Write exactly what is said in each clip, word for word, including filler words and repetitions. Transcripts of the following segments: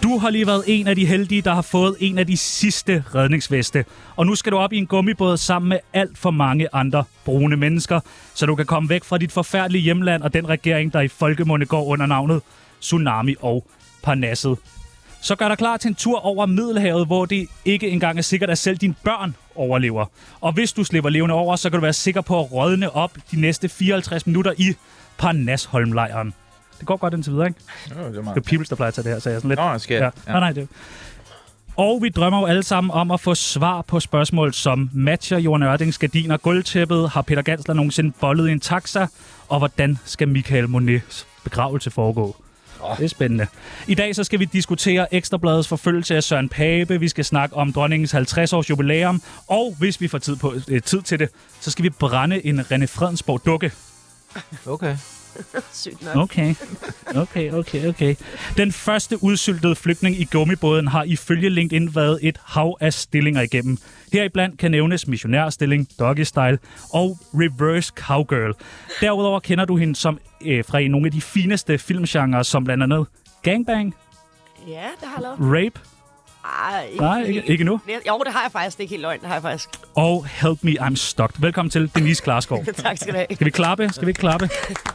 Du har lige været en af de heldige, der har fået en af de sidste redningsveste. Og nu skal du op i en gummibåd sammen med alt for mange andre brune mennesker, så du kan komme væk fra dit forfærdelige hjemland og den regering, der i folkemunde går under navnet Tsunami og Parnasset. Så gør dig klar til en tur over Middelhavet, hvor det ikke engang er sikkert, at selv dine børn overlever. Og hvis du slipper levende over, så kan du være sikker på at rådne op de næste fireoghalvtreds minutter i Parnasholmlejren. Det går godt indtil videre, ikke? Jo, det er meget. Det er Peoples, der plejer at tage det her, så jeg er sådan lidt... Nå, skal jeg? Ja. Nej, nej, det Og vi drømmer jo alle sammen om at få svar på spørgsmål som: matcher Jorden Ørdings gardiner gulvtæppet? Har Peter Gansler nogensinde bollet i en taxa? Og hvordan skal Michael Monets begravelse foregå? Oh. Det er spændende. I dag så skal vi diskutere Ekstrabladets forfølgelse af Søren Pape. Vi skal snakke om dronningens halvtreds års jubilæum. Og hvis vi får tid, på, øh, tid til det, så skal vi brænde en René Fredensborg dukke. Okay. Sygt nok. Okay. Okay, okay, okay. Den første udsyltede flygtning i gummibåden har ifølge LinkedIn været et hav af stillinger igennem. Heriblandt kan nævnes missionærstilling, doggy style og reverse cowgirl. Derudover kender du hende som øh, fra nogle af de fineste filmgenrer, som blandt andet gangbang, Ja, det har jeg lavet. rape, Ej, ikke, nej, ikke, ikke nu, Jo, det har jeg faktisk. Det er ikke helt løgn. Det har jeg faktisk. og Help Me I'm Stuck. Velkommen til Denise Klarskov. Tak skal du have. Skal vi klappe? Skal vi ikke klappe?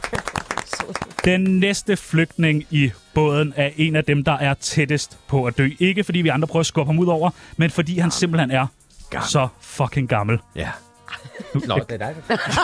Den næste flygtning i båden er en af dem, der er tættest på at dø. Ikke fordi vi andre prøver at skubbe ham ud over, men fordi han simpelthen er Gammel. så fucking gammel. Ja. Nå, det er dig.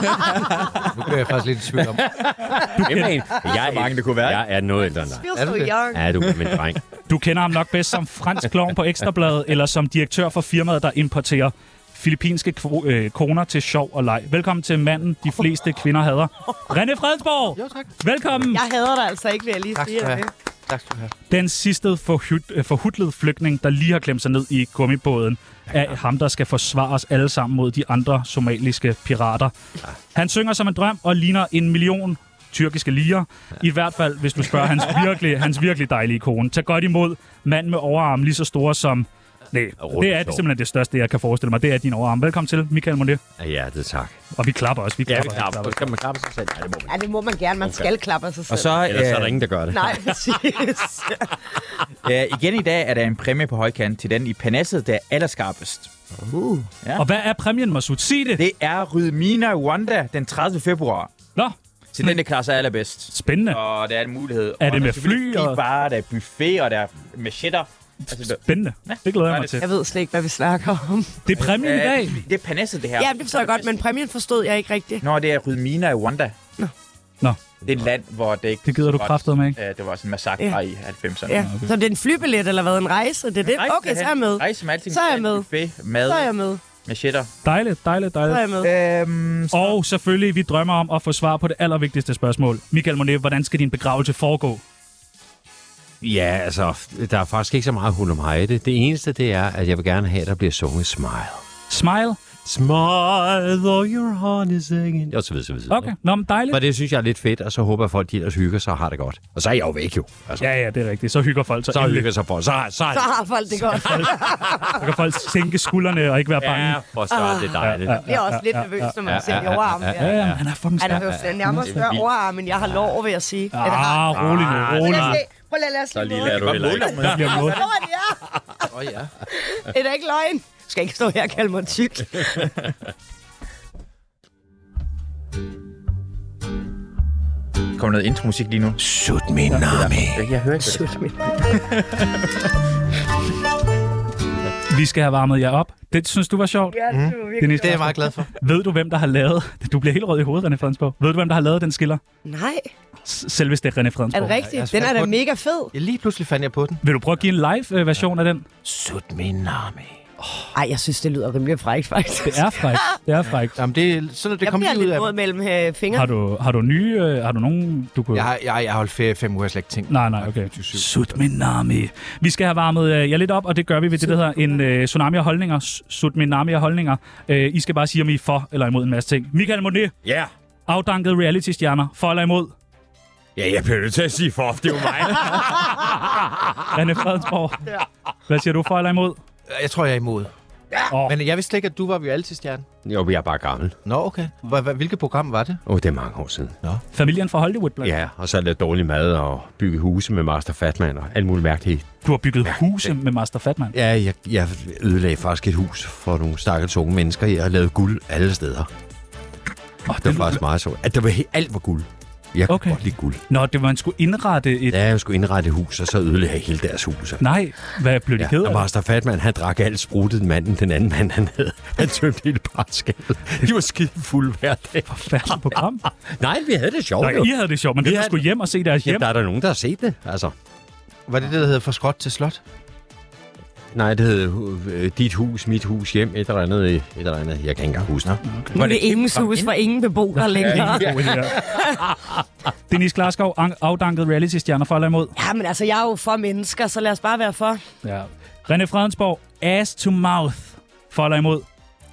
Nu bliver jeg faktisk lidt i tvivl om. Du, kender, Jeg er, mange det kunne være. jeg er noget ældre end dig. Feels Er so du det? young. Ja, du er min dreng. du kender ham nok bedst som fransk klovn på Ekstrabladet, eller som direktør for firmaet, der importerer filippinske kvo- øh, koner til sjov og leg. Velkommen til manden, de fleste kvinder hader. René Fredensborg! Jo, tak. Velkommen! Jeg hader dig altså ikke, vil jeg lige Tak sige. skal du have. det. Tak skal du have. Den sidste forhud, øh, forhudlede flygtning, der lige har klemt sig ned i gummibåden, er ham, der skal forsvare os alle sammen mod de andre somaliske pirater. Han synger som en drøm og ligner en million tyrkiske liger. I hvert fald, hvis du spørger hans virkelig, hans virkelig dejlige kone. Tag godt imod mand med overarm lige så store som... Nej, det er simpelthen det største, jeg kan forestille mig. Det er din overarm. Velkommen til, Michael Monet. Ja, det tak. Og vi klapper også. Vi Ja, vi klapper, klapper. Skal man klappe sig selv? Ja, det må man. Ja, det må man gerne. Man Okay. skal klappe af sig selv. Og så, Ellers er der øh, ingen, der gør det. Nej, præcis. Ja, igen i dag er der en præmie på højkant til den i Parnasset, der er allerskarpest. Uh. Ja. Og hvad er præmien, Masud? Sig det! Det er Rydmina Rwanda den tredivte februar. Nå, Så den, der klarer sig allerbedst. spændende. Og der er en mulighed. Er det og der med selvfølgelig fly, fri og- bar, der er buffet, og der er med cheddar. Altså, Spændende. Det glæder jeg mig det- til. Jeg ved slet ikke, hvad vi snakker om. Det er præmien i dag. øh, det er Parnasset, det her. Ja, det forstår jeg godt, men præmien forstod jeg ikke rigtigt. Nå, det er Rydmina Rwanda. Nå. Nå. Det er et land, hvor det ikke... Det gider du var- kraftedeme ikke. Øh, det var sådan en massakre Ja. i halvfemserne. Ja. Så det er en flybillet, eller hvad? En rejse? Det er det? Rejse Okay, så er jeg med. Rejse med alting. Så er jeg med. Buffet, mad Så er jeg med. med cheddar. Dejligt, dejligt, Så er dejligt. jeg med. Øhm, så... Og selvfølgelig, vi drømmer om at få svar på det allervigtigste spørgsmål. Michael Monet, hvordan skal din begravelse foregå? Ja, altså, der er faktisk ikke så meget hul om hejde. Det eneste, det er, at jeg vil gerne have, at der bliver sunget Smile. Smile? Smile, though your heart is singing. Og så videre, så videre. Okay, nå, men dejligt. For det synes jeg er lidt fedt, og så håber jeg, at folk de ellers hygger sig og har det godt. Og så er jeg jo væk jo. Altså, Ja, ja, det er rigtigt. Så hygger folk sig. så endelig. hygger sig folk. Så, så, Så har folk det godt. Så kan folk sænke skuldrene og ikke være bange. ja, for så er det dejligt. Ja, ja. Det er også lidt nervøst, når man Ja, ser ja, i ja, overarmen. ja, der. Ja, ja, han er fucking Han stærk. har jo nærmere større overarm, end jeg har lov, vil jeg sige. At jeg Ah, har. rolig nu, Prøv rolig lige nu. at se. Prøv lige at lade os Så lige lille er du måle. heller ikke. Der bliver mål. Hvor er det er? Åh, oh, ja. Det er da ikke løgn. Du skal ikke stå her og kalde mig tyk. Kommer noget intromusik lige nu? Sut min nami. Jeg, jeg hører ikke, hvad det er. Vi skal have varmet jer op. Det synes du var sjovt? Ja, det var virkelig. Dennis, Det er jeg meget glad for. ved du, hvem der har lavet... Du bliver helt rød i hovedet, René Fredensborg. Ved du, hvem der har lavet den skiller? Nej, S- Selveste René er det Fredensborg. rigtigt? jeg Den er fandt da på den. mega fed. Ja, lige pludselig fandt jeg på den. Vil du prøve at give en live-version af den? Sut min nami. Ej, jeg synes, det lyder rimelig frækt, faktisk. Det er frækt. Det er frækt. Jamen, det, så det Jeg kom bliver lige ud lidt af våd mellem øh, fingre. Har du, har du nye... Øh, har du nogen, du kunne... Jeg har, jeg, jeg har holdt ferie fem uger, jeg har slet ikke tænkt. Nej, nej, okay. Sut min nami. Vi skal have varmet øh, jer lidt op, og det gør vi ved det, der hedder en øh, tsunami af holdninger. S- Sut min nami af holdninger. Øh, I skal bare sige, om I er for eller imod en masse ting. Michael Monet, Ja. afdankede reality-stjerner. For eller imod? Ja, jeg bliver nødt til at sige for, det er jo mig. René Fredensborg. Hvad siger du, for eller imod? Jeg tror, jeg er imod. Oh. Men jeg vidste ikke, at du var reality-stjerne. Jo, vi er bare gammel. Nå, okay. Hvilket program var det? Åh, oh, det er mange år siden. Nå. Familien fra Hollywood, blandt. Ja, og så er det dårlig mad og bygge huse med Master Fatman og alt muligt mærkeligt. Du har bygget huse med Master Fatman. Ja, jeg, jeg ødelagde faktisk et hus for nogle stakkels unge mennesker. Jeg har lavet guld alle steder. Oh, Det var faktisk meget så. At det var he- alt var guld. Jeg kunne Okay. godt lide guld. Nå, det var, man skulle indrette et... Ja, jeg skulle indrette et hus, og så ødelagde jeg hele deres hus. Nej, hvad blev de Ja, ked og af? Master Fatman, han drak alt spruttet manden, den anden mand, han havde. Han tømte hele barskabet. De var skide fulde hver dag. Forfærdeligt program. Nej, vi havde det sjovt. Nå, jo. I havde det sjovt, men Vi det havde skulle hjem og se deres Ja, hjem. der er der nogen, der har set det. Altså, Var det det, der hedder Fra skråt til slot? nej, det hed øh, dit hus, mit hus, hjem, et eller andet. Et eller andet. Jeg kan ikke engang huske det. Nu er det ingen hus for ingen beboere længere. Dennis Klarskov, an- afdanket reality-stjerner for eller imod. Ja, men altså, jeg er jo for mennesker, så lad os bare være for. Ja. René Fredensborg, ass to mouth. For eller imod.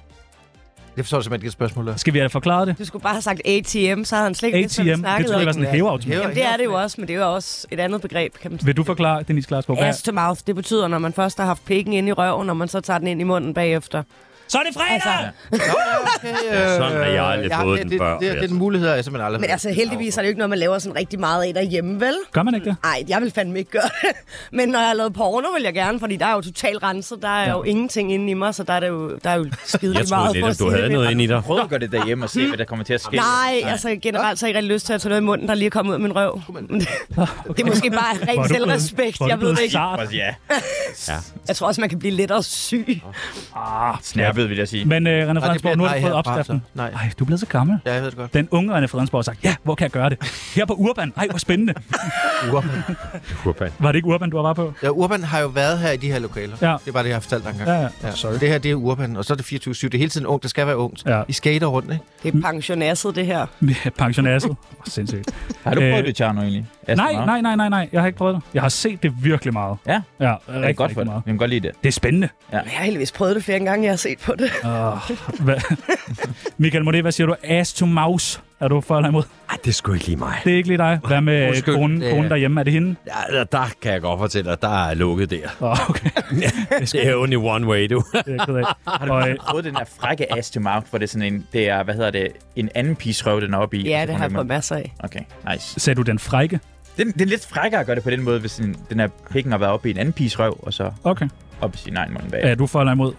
Det forstår jeg simpelthen ikke et spørgsmål der. Skal vi have forklaret det? Du skulle bare have sagt A T M, så havde han slet ikke A vidst, T hvad vi M, det snakkede tror jeg om. var sådan en hæveautomat. Hæve- Jamen, det er det jo også, men det er jo også et andet begreb, kan man sige. Vil du forklare, Dennis Klarskov? Hvad? Ass to mouth, det betyder, når man først har haft pikken ind i røven, når man så tager den ind i munden bagefter. Så er det fredag! Altså, Okay, øh, Sådan har jeg aldrig ja, fået det, den det, før, Det, det, det er altså. en mulighed, jeg simpelthen aldrig... men altså, heldigvis er det jo ikke noget, man laver sådan rigtig meget af derhjemme, vel? Gør man ikke det? Nej, jeg vil fandme ikke gøre det. Men når jeg har lavet porno, vil jeg gerne, fordi der er jo totalt renset. Der er Ja. ja. jo ingenting inde i mig, så der er, det jo, der er jo skide Jeg troede meget lidt, for at at du sige havde det. noget ind i dig. Prøv at gøre det derhjemme og se, hvad der kommer til at ske. Nej, altså generelt så er jeg ikke rigtig lyst til at tage noget i munden, der lige er kommet ud af min røv. Men det, det er måske bare Hvor er ren du blevet- selvrespekt, hvor er du jeg ved blevet det ikke. sart. Ja, Jeg tror også, man kan blive lettere syg. snærpet vil jeg sige. Men uh, René det Fredensborg, bliver nu har nej du fået herfra, opskriften. så. Nej. Ej, du er blevet så gammel. Ja, jeg ved det godt. Den unge René Fredensborg har sagt, ja, hvor kan jeg gøre det? Her på Urban. Ej, hvor spændende. Urban. Urban. Var det ikke Urban, du var på? Ja, Urban har jo været her i de her lokaler. Ja. Det er bare det, jeg har fortalt dig engang. Ja, ja. Ja. Så det her, det er Urban, og så er det fireogtyve syv. Det er hele tiden ungt. Det skal være ungt. Ja. I skater rundt, ikke? Det er pensionasset, det her. Pensionasset. Oh, sindssygt. Har du Øh, prøvet det, Tjerno, egentlig? Nej, nej, nej, nej, nej. Jeg har ikke prøvet det. Jeg har set det virkelig meget. Ja, Ja, det er rigtig, godt for rigtig det. meget. Jeg kan godt lide det. Det er spændende. Jeg har heldigvis prøvet det flere gange, jeg har set på det. Uh, hvad? Michael Monet, hvad siger du? Ass to mouse. Er du for eller imod? Ej, det er sgu ikke lige mig. Det er ikke lige dig. Hvad med Undskyld. konen, Det- konen derhjemme? Er det hende? Ja, der, der kan jeg godt fortælle dig, der er lukket der. Oh, okay. Det er only one way, du. Det er jeg ked af. Har du, Og, har øh, du prøvet den der frække ass to mouth, hvor det er sådan en, det er, hvad hedder det, en anden pige røv, den er oppe i? Ja, og så det kommer har jeg den fået med- masser af. Okay, nice. sagde du den frække? Det, er- det er lidt frækkere at gøre det på den måde, hvis den, den her pikken har været oppe i en anden piges røv, og så Okay. op i sin egen mund bag. Er du for eller imod?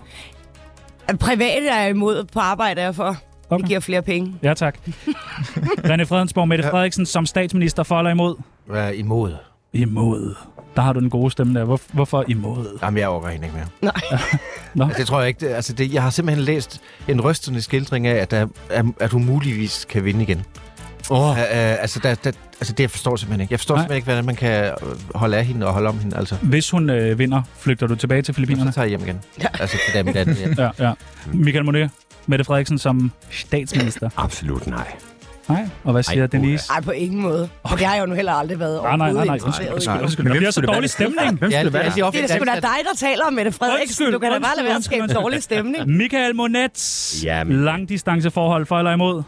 Privat er jeg imod, på arbejde er jeg for. Okay. Det giver flere penge. Ja, tak. René Fredensborg, Mette Ja. Frederiksen som statsminister for eller imod? Hvad er imod? Imod. Der har du den gode stemme der. Hvor, hvorfor imod? Jamen, jeg overgår hende ikke mere. Nej. Nå. Altså, det tror jeg ikke. Det, altså, det, jeg har simpelthen læst en rystende skildring af, at, der, at, at hun muligvis kan vinde igen. Åh, Uh, uh, altså, der, der, altså, det jeg forstår jeg simpelthen ikke. Jeg forstår Nej. simpelthen ikke, hvordan man kan holde af hende og holde om hende. Altså, Hvis hun øh, vinder, flygter du tilbage til så Filippinerne? tager jeg hjem igen. Ja. Altså, til dem i den. Ja. Ja, ja. Michael Monet, Mette Frederiksen som statsminister? absolut nej. Nej. Og hvad siger Ej, Denise? Nej, på ingen måde. Og det har jeg jo nu heller aldrig været Nej, nej, nej, nej. overhovedet Undskyld, interesseret i. undskyld, undskyld. Men Der hvem bliver så skulle det dårlig være? stemning. Hvem Ja, skulle det det er være? de offentlige Det er sgu da ansatte. dig, der taler om Mette Frederiksen. Undskyld, Du kan da bare lade være at undskyld, skabe undskyld. dårlig stemning. Michael Monets. Jamen. Langdistanceforhold for eller imod?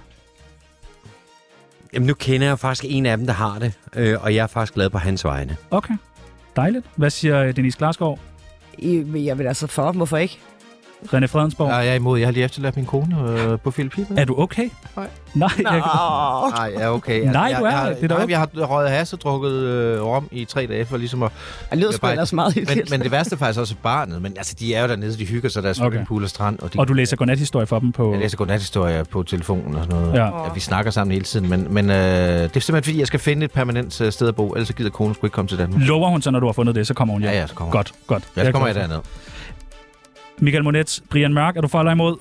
Jamen, nu kender jeg faktisk en af dem, der har det, øh, og jeg er faktisk glad på hans vegne. Okay. Dejligt. Hvad siger Denise Klarskov? I- Jeg vil altså for. Hvorfor ikke? René Fredensborg? Nej, jeg er imod. Jeg har lige efterladt min kone øh, på Filippinerne. Er du okay? Nej. Nej, jeg, Åh. Nej, jeg er okay. Nej, jeg, du er- jeg, har- det er da nej, okay. jeg har røget has og drukket øh, rom i tre dage for ligesom at... Det lyder sgu bare- ellers meget Men, hyggeligt. men det værste er faktisk også barnet. Men altså, de er jo dernede, de hygger sig, der er swimmingpool okay. og strand. Og, de, og du læser godnathistorie for dem på... Jeg læser godnathistorier på telefonen og sådan noget. Ja. Ja, vi snakker sammen hele tiden, men, men øh, det er simpelthen fordi, jeg skal finde et permanent øh, sted at bo, ellers så gider konen sgu ikke komme til Danmark. Lover hun så, når du har fundet det, så kommer hun hjem? Ja, ja, så kommer hun. Godt, godt. Ja, så kommer jeg glad for. derned. Michael Monets, Brian Mørk, er du for eller imod?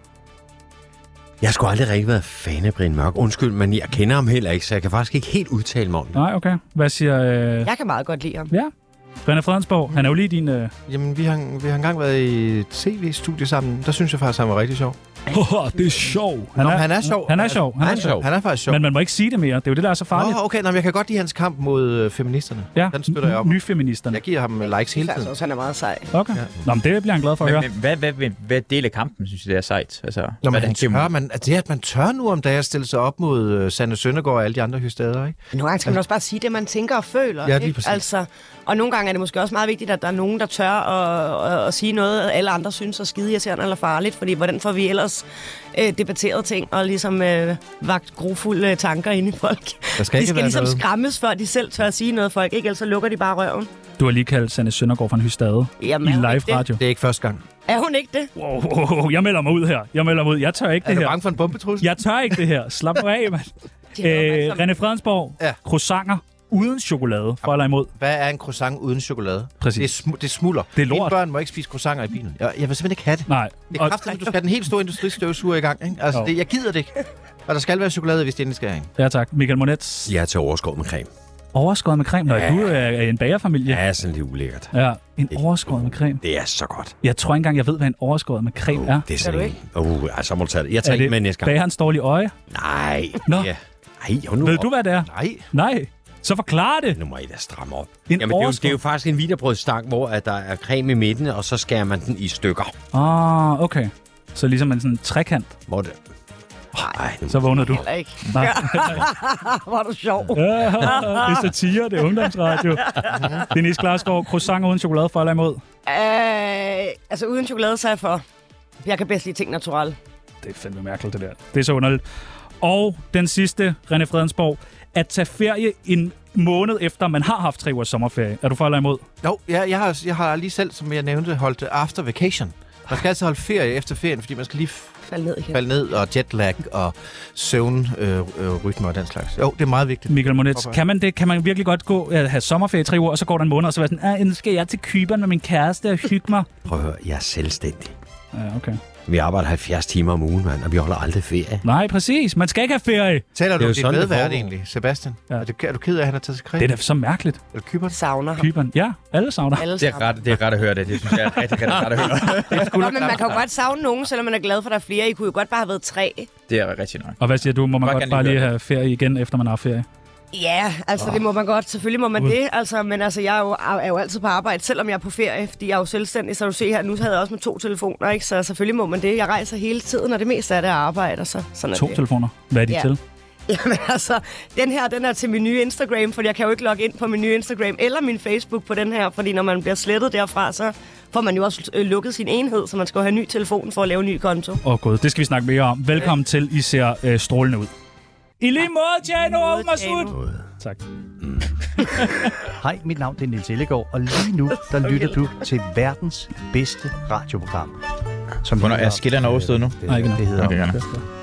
Jeg har sgu aldrig rigtig været fan af Brian Mørk. Undskyld, men jeg kender ham heller ikke, så jeg kan faktisk ikke helt udtale mig om det. Nej, okay. Hvad siger... Øh... Jeg kan meget godt lide ham. Ja. René Fredensborg, han er jo lige din... Øh... Jamen, vi har, vi har engang været i et tv-studie sammen. Der synes jeg faktisk, han var rigtig sjov. Oh, det er sjov. Han, Nå, er, han er sjov. Han er sjov. Han, Han er er sjov. sjov. Han er faktisk sjov. Men man må ikke sige det mere. Det er jo det, der er så farligt. Nå, okay, nå, men jeg kan godt lide hans kamp mod øh, feministerne. Ja, Den støtter jeg op. nyfeministerne. Jeg giver ham likes hele Jeg synes tiden. også, han er meget sej. Okay. Ja. Nå, men det bliver han glad for at høre. Men, men hvad, hvad, hvad, hvad del af kampen, synes I, det er sejt? Altså, Nå, hvad men det, han gennem- tør, man, altså, det er, at man tør nu om dagen at stille sig op mod øh, Sanne Søndergaard og alle de andre hystader, ikke? Nogle gange skal man også bare sige det, man tænker og føler. Ja, lige ikke? præcis. Altså, og nogle gange gange er det måske også meget vigtigt, at der er nogen, der tør at, at, at sige noget, alle andre synes er skide irriterende eller farligt, fordi hvordan får vi ellers øh, debatteret ting og ligesom øh, vagt grofulde tanker ind i folk. Der skal de skal ligesom noget. skræmmes, før de selv tør at sige noget, folk ikke, ellers så lukker de bare røven. Du har lige kaldt Sanne Søndergaard for en hystade Jamen, i er hun live ikke det? radio. Det er ikke første gang. Er hun ikke det? Wow, wow, wow, jeg melder mig ud her. Jeg melder mig ud. Jeg tør ikke Er det du her. bange for en bombetrussel? Jeg tør ikke det her. Slap nu af, mand. Øh, René Fredensborg, Ja. croissanter uden chokolade, for eller imod. Hvad er en croissant uden chokolade? Præcis. Det er, sm- det smulder. Det er lort. Mine børn må ikke spise croissanter i bilen. Jeg, jeg vil simpelthen ikke have det. Nej. Det Og, er kraftigt, at du skal have den helt store industristøvsuger i gang. Ikke? Altså, Jo. det, jeg gider det ikke. Og der skal være chokolade, hvis det endelig skal have en. ja tak. Michael Monets. Jeg er til overskåret med creme. Overskåret med creme. Nå, Ja. du er en bagerfamilie. Ja, sådan lidt ulækkert. Ja, en overskåret med creme. Det er så godt. Jeg tror ikke engang, jeg ved, hvad en overskåret med creme er. Det er sådan du en... Uh, ej, så må du tage det. Jeg tager Er ikke det med næste gang. bagerens dårlige øje? Nej. Nå. Ja. Ej, hold nu Ved op. du, hvad det er? Nej. Nej. Så forklar det. Nu må I da stramme op. En Jamen, det er, jo, overskåret- det er jo faktisk en wienerbrødsstang, hvor at der er creme i midten, og så skærer man den i stykker. Ah, okay. Så ligesom en sådan trekant. Hvor det... Ej, nu... Så vågnede du. Heller ikke. Nej. Hvor er du sjov. Ja, det er satire, det er ungdomsradio. Denise Klarskov, croissant uden chokolade, for eller imod? Øh, altså uden chokolade, så er jeg for. Jeg kan bedst lide ting naturelle. Det er fandme mærkeligt, det der. Det er så underligt. Og den sidste, René Fredensborg. At tage ferie en måned efter, man har haft tre ugers sommerferie. Er du for eller imod? Jo, jeg, jeg, har, jeg har lige selv, som jeg nævnte, holdt after vacation. Man skal altid holde ferie efter ferien, fordi man skal lige Fald ned igen. falde ned, og jetlag og søvnrytmer øh, øh, rytmer og den slags. Jo, det er meget vigtigt. Michael Monets, Hvorfor? kan man det? Kan man virkelig godt gå at have sommerferie i tre uger, og så går der en måned, og så være sådan, ah, nu skal jeg til Cypern med min kæreste og hygge mig? Prøv at høre, jeg er selvstændig. Ja, okay. Vi arbejder halvfjerds timer om ugen, mand, og vi holder aldrig ferie. Nej, præcis. Man skal ikke have ferie. Taler Det du er om jo dit sådan, det medvært foregår. egentlig, Sebastian? Ja. Ja. Er, du, er du ked af, at han har taget sig kred? Det er da så mærkeligt. Eller Kyberen? Savner ham. Cypern. Ja, alle savner. Alle Det er, savner. ret, det er ret at høre det. Det synes jeg er rigtig, rigtig ret at høre. Nå, men man kan jo godt savne nogen, selvom man er glad for, at der er flere. I kunne jo godt bare have været tre. Det er rigtig nok. Og hvad siger du? Må man Bare godt gerne bare lige lige høre have ferie igen, efter man har ferie? Ja, altså oh. det må man godt. Selvfølgelig må man Ud. det. Altså, men altså, jeg er jo, er jo altid på arbejde, selvom jeg er på ferie, fordi jeg er jo selvstændig. Så du ser her, nu havde jeg også med to telefoner, ikke? Så selvfølgelig må man det. Jeg rejser hele tiden, og det meste af det er arbejde, og så sådan er To det. telefoner. Hvad er de Ja. til? Jamen altså, den her, den er til min nye Instagram, fordi jeg kan jo ikke logge ind på min nye Instagram eller min Facebook på den her, fordi når man bliver slettet derfra, så får man jo også øh, lukket sin enhed, så man skal jo have en ny telefon for at lave en ny konto. Åh oh, gud, det skal vi snakke mere om. Velkommen til. I ser øh, strålende ud. I lige måde, Tjano og Masud. Tak. Hej, mit navn det er Niels Ellegaard, og lige nu der lytter du til verdens bedste radioprogram. Som Hvornår er skillerne overstået nu? Nej, ikke nu. Det hedder Okay, gerne.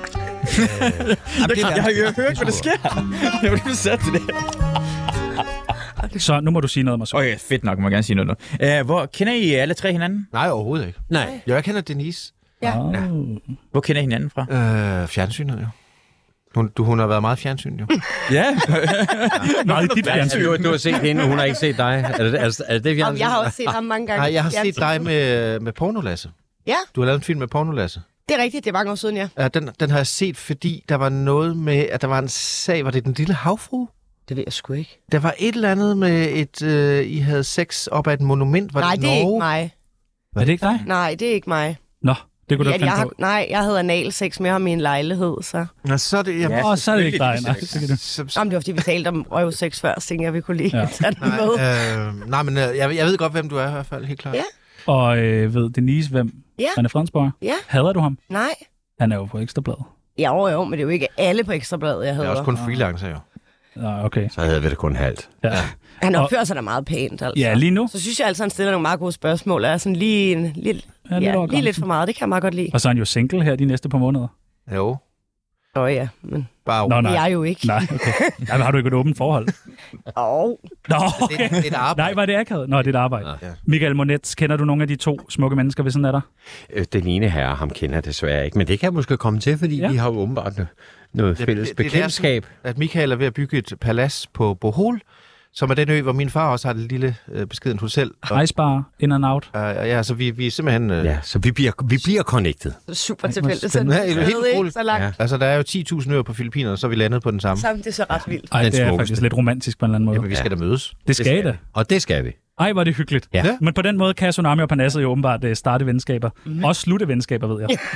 Jeg har jo hørt, hvad der sker. Jeg var lige sat til det. Så nu må du sige noget, Masud. Okay, fedt nok. Må jeg gerne sige noget nu. Uh, hvor kender I alle tre hinanden? Nej, overhovedet ikke. Nej. Jo, jeg kender Denise. Ja. Oh. Hvor kender I hinanden fra? Øh, fjernsynet, jo. Hun, du, hun har været meget fjernsyn, jo. Ja. Meget i dit fjernsyn. Du, du har set hende, og hun har ikke set dig. Er det er, er det, det Jamen, jeg har også set ham mange gange. Nej, jeg har Ja, set dig med, med Pornolasse. Ja, Du har lavet en film med Pornolasse. det er rigtigt. Det er mange år siden, ja. Ja, den, den har jeg set, fordi der var noget med, at der var en sag. Var det den lille havfrue? Det ved jeg sgu ikke. Der var et eller andet med, et øh, I havde sex op ad et monument. Var Nej, det, det er ikke Norge? mig. Er det ikke dig? Nej, det er ikke mig. Nå, det kunne du Ja, ikke jeg finde har, på. nej, jeg havde analsex med ham i en lejlighed, så... Nå, så er det... Jamen, Åh, oh, så er det ikke dig. Nej, selvfølgelig. så kan du. så, så, Jamen, det var, fordi vi talte om røvsex før, så tænkte jeg, vi kunne lige Ja. ja. tage den nej, med. øh, nej, men øh, jeg, jeg ved godt, hvem du er i hvert fald, helt klart. Ja. Og øh, ved Denise, hvem? Ja. René Fredensborg. Ja. Hader du ham? Nej. Han er jo på Ekstrabladet. Ja, jo, jo, men det er jo ikke alle på Ekstrabladet, jeg Jeg hedder. er også kun freelancer, jo. Nå, okay. Så havde vi det kun halvt. Ja. Han Og- opfører sig da meget pænt, altså. Ja, lige nu. Så synes jeg altså, han stiller nogle meget gode spørgsmål. Er sådan lige, en, lige, Ja, lidt ja, over lige lidt grænsen. for meget. Det kan jeg meget godt lide. Og så er han jo single her de næste par måneder. Jo, Åh ja, men bare Nå, det nej. er jeg jo ikke. Nej, okay. Jamen, har du ikke et åbent forhold? Åh, Nå, det, okay. det er et arbejde. Nej, var det akavet? Nå, det er et arbejde. Ja. Michael Monets, kender du nogle af de to smukke mennesker ved sådan af dig? Øh, Den ene herre, ham kender jeg desværre ikke, men det kan jeg måske komme til, fordi Ja. ja. vi har jo åbenbart noget, noget Det- fælles det- det er bekendtskab. At Michael er ved at bygge et palads på Bohol, som er den ø, hvor min far også har et lille øh, beskeden hotel. Og, Rejsbar, in and out. øh, ja, så vi, vi er simpelthen... Øh, Ja, så vi bliver, vi bliver connected. det er super Ej, hvor tilfældigt. Så spændende. Ja, det er ved helt ikke utroligt. så langt. Ja. Ja. Altså, der er jo ti tusind øer på Filippinerne, så er vi landet på den samme. Sammen, det er så ret vildt. Ej, Den det er smukkeste. faktisk lidt romantisk på en eller anden måde. Jamen, vi skal da mødes. Det skal I da. Og det skal vi. Ej, hvor er det hyggeligt. Ja. Men på den måde kan Tsunami og Parnasset jo åbenbart uh, starte venskaber. Mm. Også slutte venskaber, ved jeg. Det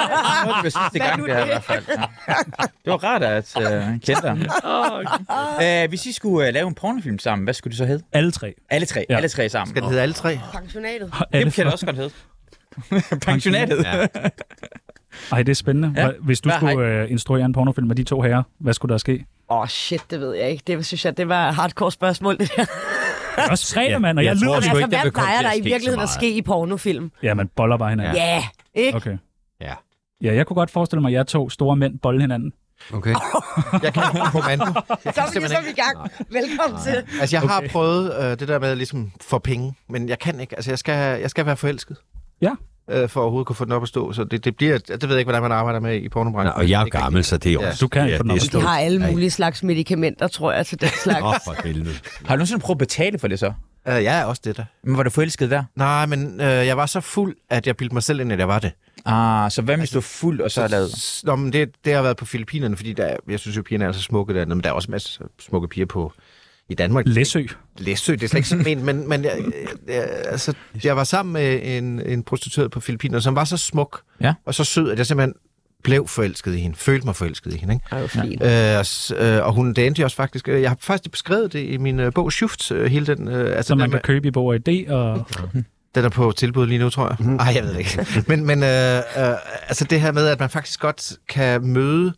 var det sidste gang, det her i hvert fald. Ja. Det var rart at uh, kende dig. Okay. Uh, hvis I skulle uh, lave en pornofilm sammen, hvad skulle det så hedde? Alle tre. Alle tre. Ja. Alle tre sammen. Skal den hedde alle tre? Pensionatet. Det kan det også godt hedde. Pensionatet. Ja. Ej, det er spændende. Ja. Hvis du Hvad har skulle uh, instruere en pornofilm med de to herrer, hvad skulle der ske? Åh, oh, shit, det ved jeg ikke. Det synes jeg, det var et hardcore spørgsmål, det der. Det er også fredag, mand, og jeg, jeg lyder... tror Men sgu altså, ikke, der vil hvad komme plejer til at der i ske virkeligheden så at meget. ske i pornofilm? Ja, man boller bare hinanden. Ja, yeah, ikke? Okay. Ja. Ja, jeg kunne godt forestille mig, at jeg to store mænd bolle hinanden. Okay. Jeg kan ikke kommando. Jeg Så kan er vi simpelthen ligesom i gang. Velkommen til. Altså, jeg har okay. prøvet øh, det der med ligesom få penge, men jeg kan ikke. Altså, jeg skal, jeg skal være forelsket. Ja. Øh, for at overhovedet kunne få den op at stå. Så det, det bliver, det ved jeg ikke, hvordan man arbejder med i pornobranchen. Nå, og jeg er Det kan- gammel, så det er Ja. også... Du kan ja, få den op det at er stå. De har alle Ej. mulige slags medicamenter, tror jeg, til den slags. Åh, oh, for helvede. Har du nogensinde prøvet at betale for det så? Øh, jeg er også det der. Men var du forelsket der? Nej, men øh, jeg var så fuld, at jeg bildte mig selv ind, at jeg var det. Ah, så hvad hvis du er fuld og så er lavet? S- Nå, men det, det har været på Filippinerne, fordi der, er- jeg synes jo, pigerne er så smukke dernede, men der er også masser af smukke piger på i Danmark. Læsø. Læsø, det er slet ikke sådan ment, men, men jeg, jeg, altså, jeg var sammen med en, en prostitueret på Filippinerne, som var så smuk Ja. og så sød, at jeg simpelthen blev forelsket i hende, følte mig forelsket i hende. Ikke? Det er jo fint. Øh, og, s- øh, og hun, det endte jo også faktisk, øh, jeg har faktisk beskrevet det i min øh, bog Schuft, øh, hele den, øh, altså Som man den, kan købe i Bog og Idé. Og... den er på tilbud lige nu, tror jeg. Mhm. Nej, jeg ved det ikke. Men, men øh, øh, altså det her med, at man faktisk godt kan møde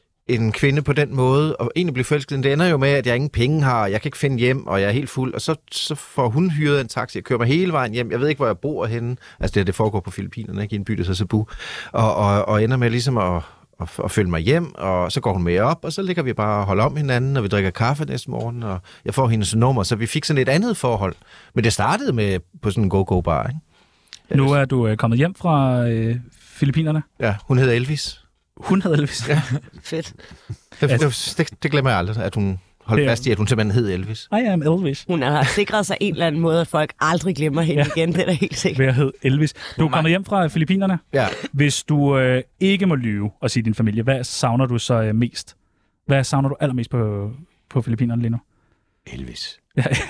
en kvinde på den måde, og egentlig blive forelsket, det ender jo med, at jeg ingen penge har, jeg kan ikke finde hjem, og jeg er helt fuld, og så, så får hun hyret en taxi, jeg kører mig hele vejen hjem, jeg ved ikke, hvor jeg bor henne, altså det, det foregår på Filippinerne, ikke i en by, der hedder Cebu, og, og, og ender med ligesom at, at, at følge mig hjem, og så går hun med op, og så ligger vi bare og holder om hinanden, og vi drikker kaffe næste morgen, og jeg får hendes nummer, så vi fik sådan et andet forhold, men det startede med på sådan en go-go-bar, ikke? Nu er du øh, kommet hjem fra øh, Filippinerne. Ja, hun hedder Elvis. Hun havde Elvis. Ja. Fedt. Det, det, det, det glemmer jeg aldrig, at hun holdt Det er- fast i, at hun simpelthen hed Elvis. I am Elvis. Hun har sikret sig en eller anden måde, at folk aldrig glemmer hende Ja. igen. Det er da helt sikkert. Ved at hedde Elvis. Du er kommet hjem fra Filippinerne. Ja. Hvis du øh, ikke må lyve og sige din familie, hvad savner du så øh, mest? Hvad savner du allermest på, på Filippinerne lige nu? Elvis.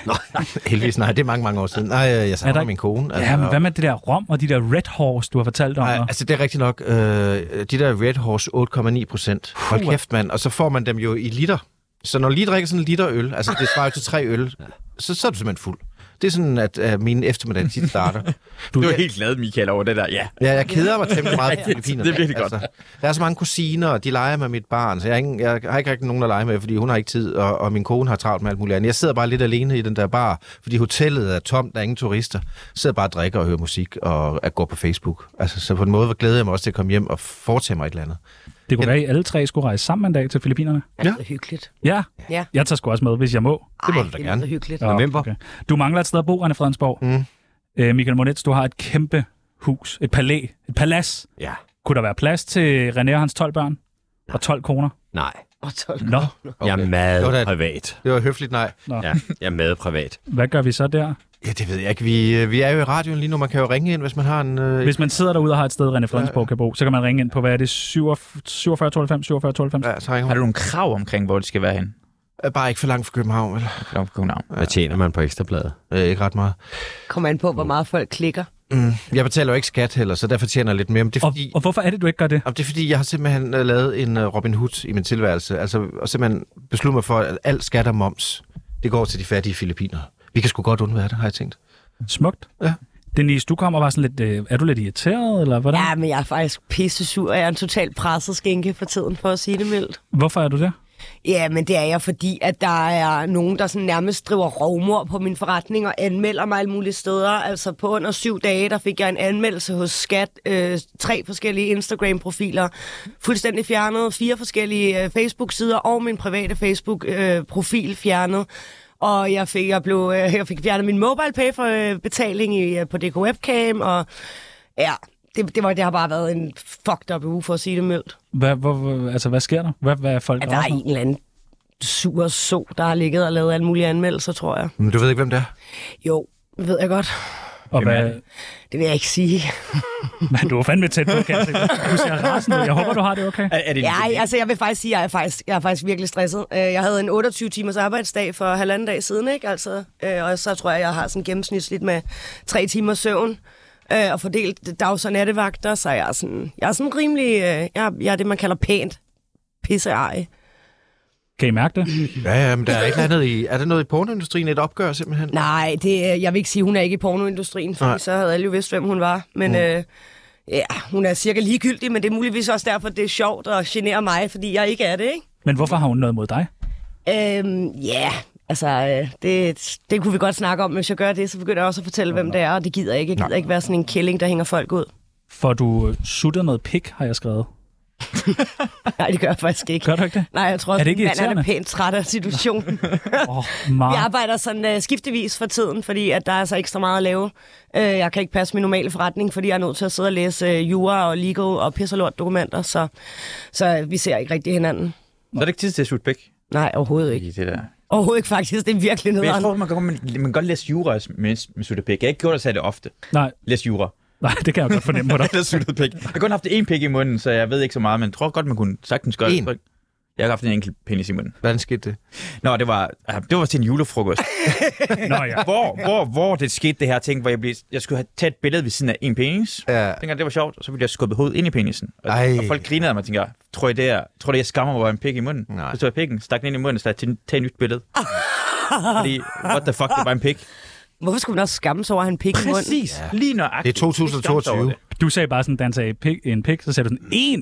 Elvis, nej, det er mange, mange år siden. Nej, jeg Er der savner ikke- min kone. Ja, men hvad med det der rom og de der Red Horse, du har fortalt om? Nej, og- altså det er rigtigt nok. Øh, de der Red Horse otte komma ni procent. Hold Puh. kæft, mand. Og så får man dem jo i liter. Så når du lige drikker sådan en liter øl, altså det svarer jo til tre øl, så, så er du simpelthen fuld. Det er sådan, at uh, min eftermiddag tit starter. Du er helt glad, Michael, over det der. Ja. Ja, jeg keder mig temmelig meget på Filippinerne. Det er virkelig godt. Altså, der er så mange kusiner, og de leger med mit barn, så jeg har, ingen, jeg har ikke rigtig nogen at lege med, fordi hun har ikke tid, og, og min kone har travlt med alt muligt andet. Jeg sidder bare lidt alene i den der bar, fordi hotellet er tomt, der er ingen turister. Jeg sidder bare og drikker og hører musik og at gå på Facebook. Altså, så på en måde glæder jeg mig også til at komme hjem og foretage mig et eller andet. Det kunne være, at I alle tre skulle rejse sammen en dag til Filippinerne. Ja. Det er hyggeligt. Ja, Ja. jeg tager sgu også med, hvis jeg må. Det må Ej, du da det gerne. lyder hyggeligt. Nå, November. okay. Du mangler et sted at bo, Anne Fredensborg. Mm. Øh, Michael Monets, du har et kæmpe hus, et palæ, et palads. Ja. Kunne der være plads til René og hans tolv børn? Og tolv koner? Nej. Og tolv. Nå, Jeg er Det var meget da et- privat. Det var høfligt, nej. Nå. Ja, jeg er meget privat. Hvad gør vi så der? Ja, det ved jeg ikke. Vi, øh, vi er jo i radioen lige nu. Man kan jo ringe ind, hvis man har en... Øh, Hvis man sidder derude og har et sted, René Fredensborg kan bo, så kan man ringe ind på, hvad er det, syvogfyrre tooghalvfems, syvogfyrre tooghalvfems? ja, så ringer Har du hun. nogle krav omkring, hvor det skal være hen? Øh, Bare ikke for langt fra København, vel? København. Hvad tjener man på Ekstrabladet? Øh, ikke ret meget. Kommer an på, hvor meget folk klikker. Mm. Jeg betaler jo ikke skat heller, så derfor tjener jeg lidt mere. Men det er Og, fordi... og hvorfor er det, du ikke gør det? Jamen, det er fordi, jeg har simpelthen uh, lavet en uh, Robin Hood i min tilværelse. Altså, og simpelthen besluttet mig for, at alt skat og moms, det går til de fattige filippinere. Vi kan sgu godt undvære det, har jeg tænkt. Smukt. Ja. Denise, du kommer bare sådan lidt... Øh, er du lidt irriteret, eller hvordan? Ja, men jeg er faktisk pisse sur. Jeg er en totalt presset skænke for tiden, for at sige det mildt. Hvorfor er du det? Ja, men det er jeg, fordi at der er nogen, der sådan nærmest driver rovmord på min forretning og anmelder mig alle mulige steder. Altså på under syv dage, der fik jeg en anmeldelse hos Skat. Øh, tre forskellige Instagram-profiler. Fuldstændig fjernet. Fire forskellige øh, Facebook-sider og min private Facebook-profil øh, fjernet. Og jeg fik, jeg, blev, øh, jeg fik fjernet min MobilePay for øh, betaling i, øh, på D K Webcam. Og ja, det, det, var, det har bare været en fucked up uge, for at sige det mildt. Hvad, hvor, hvor- altså, hvad sker der? Hvad, hvad er folk At der er en eller anden sur så, der har ligget og lavet alle mulige anmeldelser, tror jeg. Men du ved ikke, hvem det er? Jo, ved jeg godt. Og Hvem er hvad... det? Det vil jeg ikke sige. Men du er fandme tæt på, kan jeg se. Du ser rasende ud. Jeg håber, du har det okay. Er, er det Ja, altså jeg vil faktisk sige, at jeg er faktisk, jeg er faktisk virkelig stresset. Øh, Jeg havde en otteogtyve timers arbejdsdag for halvanden dag siden, ikke? Altså, øh, og så tror jeg, jeg har sådan gennemsnitligt med tre timers søvn. Øh, og fordelt dags- og nattevagter, så jeg er sådan, jeg er sådan rimelig, øh, jeg, er, jeg er det, man kalder pænt pisseej. Kan I mærke det? Ja, ja, men der er et eller andet i... Er der noget i pornoindustrien, et opgør simpelthen? Nej, det, øh, jeg vil ikke sige, hun er ikke i pornoindustrien, for Nej. så havde alle jo vidst, hvem hun var. Men mm. øh, ja, hun er cirka ligegyldig, men det er muligvis også derfor, det er sjovt at genere mig, fordi jeg ikke er det, ikke? Men hvorfor har hun noget mod dig? Øhm, ja, altså, øh, det, det kunne vi godt snakke om, men hvis jeg gør det, så begynder jeg også at fortælle, hvem det er, og det gider jeg ikke. Jeg gider ikke være sådan en kælling, der hænger folk ud. For du suttet noget pik, har jeg skrevet. Nej, det gør jeg faktisk ikke. Gør du ikke det? Nej, jeg tror Er også, det at ikke mand er irriterende? pænt træt af situationen. Åh, oh, Vi meget. arbejder sådan uh, skiftevis for tiden, fordi at der er så ekstra meget at lave. Uh, jeg kan ikke passe min normale forretning, fordi jeg er nødt til at sidde og læse uh, jura og legal og pisserlort dokumenter, så, så vi ser ikke rigtig hinanden. Så er det ikke tid til at sutte pæk. Nej, overhovedet ikke. Det der. Overhovedet ikke faktisk. Det er virkelig Men noget jeg andet. tror, man kan, man, man kan godt læse jura med, med suttet pæk. Jeg har ikke gjort det, det ofte. Nej, Læs jura. nej, det kan jeg godt fornemme på dig. Læs suttet pæk. Jeg har kun haft én pæk i munden, så jeg ved ikke så meget, men jeg tror godt, man kunne sagtens gøre En? det. Jeg har haft en enkelt penis i munden. Hvordan skete det? Nå, det var, det var til en julefrokost. Nå ja. hvor, hvor, hvor det skete det her ting, hvor jeg, blev, jeg skulle have taget et billede ved siden af en penis. Ja. Jeg tænkte, det var sjovt, og så ville jeg skubbe hovedet ind i penisen. Og, Ej. og folk grinede af mig og tænkte, tror I det er, tror I, jeg skammer mig over en pik i munden? Nej. Så tog jeg pikken, stak den ind i munden, og så tage et nyt billede. Fordi, what the fuck, det var en pik. Hvorfor skulle man også skamme sig over at have en pik i munden? Præcis, ja. Lige nøjagtigt. Det er to tusind toogtyve. Du sagde bare sådan, Dan sagde pik, en pik, så sagde du sådan, en!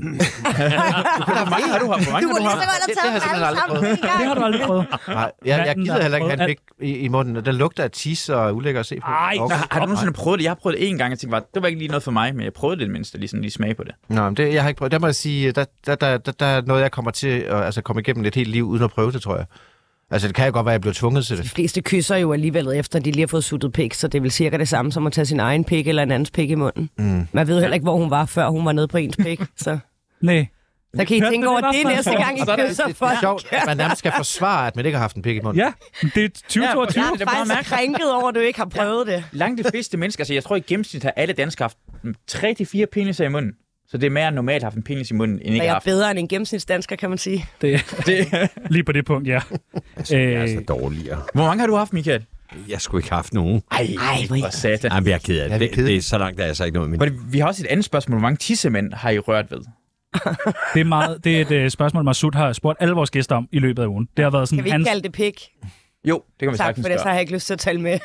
Hvor mange har du haft? Hvor mange har du haft? Det, det har jeg simpelthen aldrig prøvet. Det har du aldrig prøvet. Nej, jeg, jeg Manden, gider der heller ikke har have en pik i, i munden, og den lugter af tis og ulækker at se på. Ej, Og- nej. Har, har du nogensinde prøvet det? Jeg har prøvet det en gang, og tænkte, bare, det var ikke lige noget for mig, men jeg prøvede det mindst, lige sådan lige smage på det. Nå, men det, jeg har ikke prøvet. Der må jeg sige, der, der, der, der, der er noget, jeg kommer til at altså, komme igennem et helt liv uden at prøve det, tror jeg. Altså, det kan jo godt være, at jeg bliver tvunget til De det. fleste kysser jo alligevel efter, de lige har fået suttet pik, så det er vel cirka det samme som at tage sin egen pik eller en andens pik i munden. Mm. Man ved heller ikke, hvor hun var, før hun var nede på ens pik. Så, Nej. så kan I Hørte tænke du over det, det Rasmus? næste gang, I Så er det, kysser det, det folk. er sjovt, at man nærmest skal forsvare, at man ikke har haft en pik i munden. Ja, det er tyve toogtyve. Ja, Jeg det er er bare faktisk krænket over, at du ikke har prøvet det. Langt de fleste mennesker, altså jeg tror i gennemsnit har alle danskere haft tre til fire peniser i munden. Så det er mere normalt at have haft en penis i munden, end Og ikke jeg er haft. bedre end en gennemsnitsdansker, kan man sige. Det, Det. lige på det punkt, ja. Jeg er Øh, så dårligere. Hvor mange har du haft, Michael? Jeg skulle ikke have haft nogen. Ej, Ej, hvor hvor satan. Jamen, jeg er ked af Ja, det. vi er Det, kede. det er så langt, der er jeg så ikke noget med. Fordi vi har også et andet spørgsmål. Hvor mange tissemænd har I rørt ved? det, er meget, det er et øh, spørgsmål, Masud har spurgt alle vores gæster om i løbet af ugen. Det har været sådan Kan vi ikke hans... kalde det pik? Jo, det kan vi Tak sagtens for det, så gøre. har jeg ikke lyst til at tale med.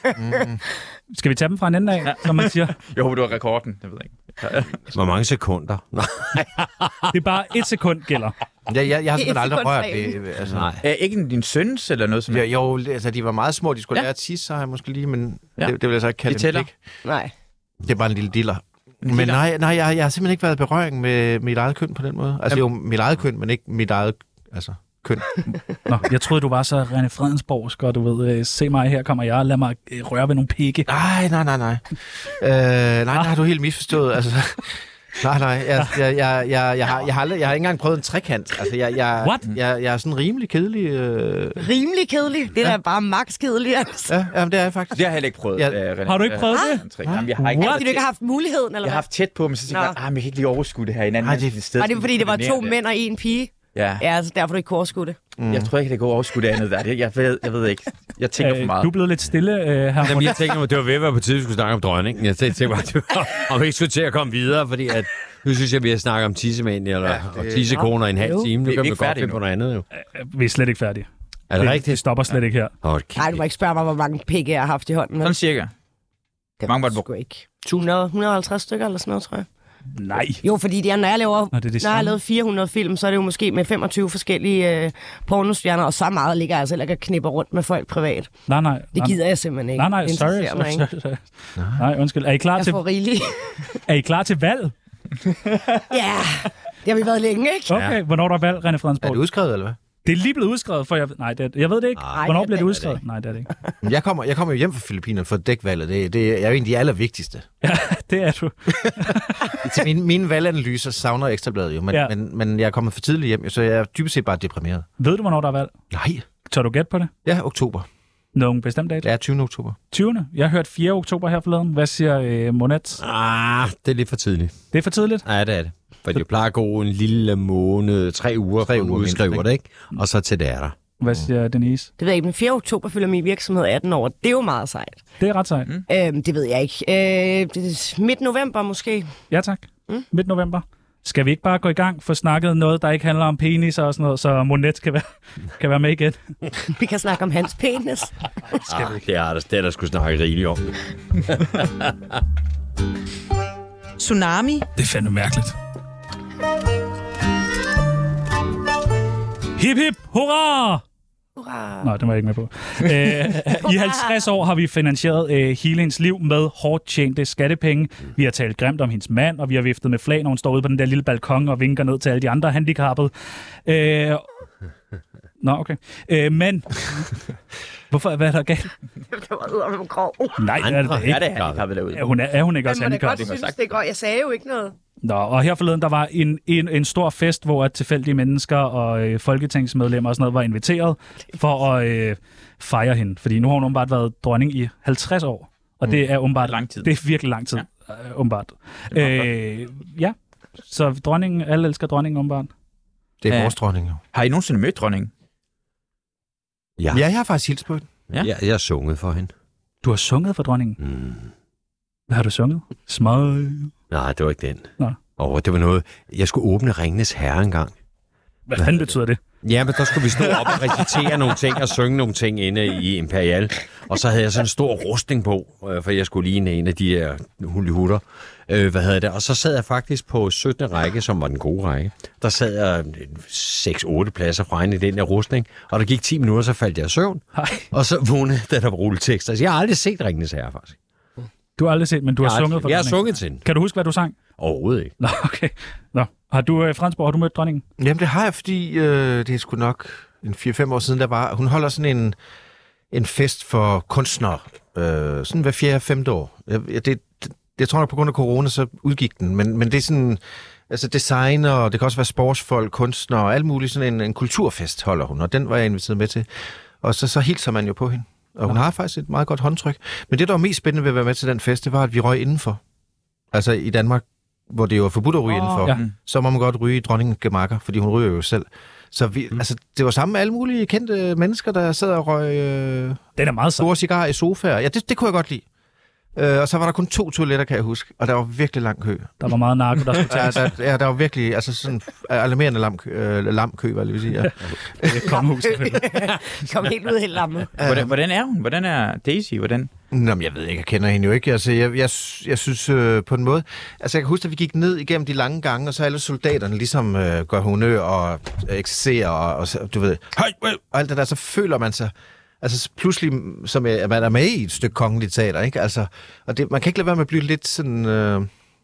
Skal vi tage dem fra en enden af, som man siger? Jeg håber, du har rekorden. Det ved jeg ikke. Hvor mange sekunder? Nej. Det er bare et sekund gælder. Jeg, jeg, jeg har simpelthen Et aldrig rørt sekundreglen. det. Altså. Nej. Er ikke din søns eller noget som Jo, jo, altså de var meget små, de skulle Ja. lære at tisse, så har jeg måske lige, men Ja. det, det vil jeg så ikke kalde De en tæller. pik. Nej. Det er bare en lille diller. Men diller? nej, nej jeg, jeg har simpelthen ikke været i berøring med mit eget køn på den måde. Altså jo, mit eget køn, men ikke mit eget altså, køn. Nå, jeg troede, du var så René Fredensborgsk, og du ved, øh, se mig, her kommer jeg, lad mig øh, røre ved nogle pikke. Nej, nej, nej, nej. Øh, nej, nej, du er helt misforstået. Altså, nej, nej, jeg, jeg, jeg, jeg, jeg, har, jeg, har aldrig, jeg har ikke engang prøvet en trekant. Altså, jeg, jeg, What? jeg, jeg er sådan rimelig kedelig. Øh... Rimelig kedelig. Det er da bare max kedeligt. Altså. Ja, jamen, det er jeg faktisk. Det har jeg heller ikke prøvet. Ja. øh, René. Har du ikke prøvet det? det? Jamen, jeg har ikke What? Fordi du ikke har haft muligheden, eller Jeg har hvad? haft tæt på, men så tænkte jeg, Nå. ah, men jeg kan ikke lige overskue det her i en anden Nej, det- det sted. Var det fordi, det var to mænd og en pige? Ja. Ja, altså derfor du ikke kunne overskue det. Mm. Jeg tror ikke, det går overskue det andet der. Det- Jeg ved, jeg ved ikke. Jeg tænker for Øh, meget. du er blevet lidt stille øh, her. Jamen, jeg tænkte mig, det var ved at være på tide, vi skulle snakke om dronningen. Jeg tænkte bare, at det var- om vi ikke skulle til at komme videre, fordi at, nu synes jeg, vi har snakket om tissemænd eller Ja, ja, det- og tissekoner i en halv Jo. time. Nu Vi er kan vi ikke godt færdige finde på nu. noget andet, jo. Vi er slet ikke færdige. Er det Det, rigtigt? det stopper slet ikke her. Okay. Nej, du må ikke spørge mig, hvor mange pikke jeg har haft i hånden. vel? Sådan cirka. Det mange var det, var sgu ikke. hundrede, et hundrede og halvtreds stykker eller sådan noget, tror jeg. Nej. Jo, fordi det er, når jeg laver, Nå, det er det når jeg samme. har lavet fire hundrede film, så er det jo måske med femogtyve forskellige øh, pornostjerner, og så meget ligger jeg altså heller ikke at knippe rundt med folk privat. Nej, nej. Det nej. gider jeg simpelthen ikke. Nej, nej, Det sorry. interesserer mig sorry, ikke. sorry, sorry. Nej, undskyld. Er I klar Jeg til, får rigeligt. er I klar til valg? Ja, det har vi været længe, ikke? Okay, hvornår er der valg, René Er Fredensborg? det udskrevet, eller hvad? Det er lige blevet udskrevet, for jeg, nej, det, jeg ved det ikke. Nej, Hvornår det bliver det er det udskrevet? Nej, det er det ikke. Men Jeg kommer, jeg kommer jo hjem fra Filippinerne for dækvalget. Det, det er jo en af de allervigtigste. Ja, det er du. Til mine, mine valganalyser savner Ekstrabladet jo, men, Ja. ja. men, men jeg er kommet for tidligt hjem, så jeg er dybest set bare deprimeret. Ved du, hvornår der er valg? Nej. Tør du gætte på det? Ja, oktober. Nogen bestemt dato? Det er tyvende oktober. tyvende Jeg har hørt fjerde oktober her forleden. Hvad siger øh, Monet? Ah, det er lidt for tidligt. Det er for tidligt? Ja, det er det. For det plejer at gå en lille måned, tre uger, tre uger udskriver mindst, det, ikke? Og så til det er der. Hvad siger Denise? Det ved jeg ikke, men fjerde oktober fylder min virksomhed atten år. Det er jo meget sejt. Det er ret sejt. Mm. Øhm, det ved jeg ikke. Øh, det er midt november måske. Ja, tak. Mm. Midt november. Skal vi ikke bare gå i gang for snakket noget, der ikke handler om penis og sådan noget, så Monet kan være, kan være med igen? Vi kan snakke om hans penis. Skal vi? Ah, det er der, det er der skulle snakke rigeligt om. Tsunami. Det er fandme mærkeligt. Hip hip, hurra! Hurra! Nå, det var jeg ikke med på. Æ, I halvtreds år har vi finansieret øh, hele hendes liv med hårdt tjente skattepenge. Vi har talt grimt om hendes mand, og vi har viftet med flag, når hun står ude på den der lille balkon og vinker ned til alle de andre handicappede. Æ, Nå, okay. Æ, men... Hvorfor? Hvad er der galt? Det var ud om grov. Nej, det er det da ikke. Ja, det er handicappet derude. Er hun, er, er hun ikke også Men man kan handicappet? godt synes, det er godt. Jeg sagde jo ikke noget. Nå, og her forleden, der var en, en, en stor fest, hvor at tilfældige mennesker og øh, folketingsmedlemmer og sådan noget var inviteret for at øh, fejre hende. Fordi nu har hun åbenbart været dronning i halvtreds år. Og mm. det er åbenbart... lang tid. Det er virkelig lang tid, ja. øh, åbenbart. Øh, ja, så dronningen, alle elsker dronningen åbenbart. Det er Ja. vores dronning, jo. Har I nogensinde mødt dronningen? Ja, Ja, jeg har faktisk hilst på den. Ja. jeg, jeg har sunget for hende. Du har sunget for dronningen. Mm. Hvad har du sunget? Smile. Nej, det var ikke den. Nå. Og det var noget... Jeg skulle åbne Ringenes Herre engang. Hvad fanden betyder det? Ja, men der skulle vi stå op og recitere nogle ting og synge nogle ting inde i Imperial. Og så havde jeg sådan en stor rustning på, øh, for jeg skulle ligne en af de her hulihutter. Øh, hvad havde det? Og så sad jeg faktisk på syttende række, som var den gode række. Der sad jeg seks otte pladser fra en i den der rustning, og der gik ti minutter, så faldt jeg i søvn. Hej. Og så vågnede da der var rulletekster. Så jeg har aldrig set Ringenes Herre, faktisk. Du har aldrig set, men du har jeg sunget for Jeg har dronningen. sunget til den. Kan du huske, hvad du sang? Overhovedet ikke. Nå, okay. Nå. Har du, øh, Fransborg, har du mødt dronningen? Jamen, det har jeg, fordi øh, det er sgu nok en fire fem år siden, der var... Hun holder sådan en, en fest for kunstnere, øh, sådan hver fjerde femte år. Jeg, det, det, jeg tror nok, på grund af corona, så udgik den, men, men det er sådan... Altså designer, og det kan også være sportsfolk, kunstnere og alt muligt. Sådan en, en kulturfest holder hun, og den var jeg inviteret med til. Og så, så hilser man jo på hende. Og hun har faktisk et meget godt håndtryk. Men det, der var mest spændende ved at være med til den fest, det var, at vi røg indenfor. Altså i Danmark, hvor det jo er forbudt at ryge Åh, indenfor, ja. så må man godt ryge i dronningens gemakker, fordi hun ryger jo selv. Så vi, mm. altså, det var sammen med alle mulige kendte mennesker, der sad og røg øh, Den er meget sej. store cigarer i sofaer. Ja, det, det kunne jeg godt lide. Øh, og så var der kun to toiletter, kan jeg huske, og der var virkelig lang kø. Der var meget narko, der skulle Ja, tages. der, ja, der var virkelig altså sådan alarmerende lam, øh, lamkø, hvad jeg vil sige. Ja. Det er kongehus, selvfølgelig. Kom helt ud helt lamme. Hvordan, hvordan er hun? Hvordan er Daisy? Hvordan? Nå, men jeg ved ikke, jeg kender hende jo ikke. Altså, jeg, jeg, jeg synes øh, på en måde... Altså, jeg kan huske, at vi gik ned igennem de lange gange, og så alle soldaterne ligesom øh, gør honør og eksercerer, og, og så, du ved... Hej, øh, og alt det der, så føler man sig... Altså, pludselig, som jeg, man er med i et stykke kongeligt teater, ikke? Altså, og det, man kan ikke lade være med at blive lidt sådan... Øh,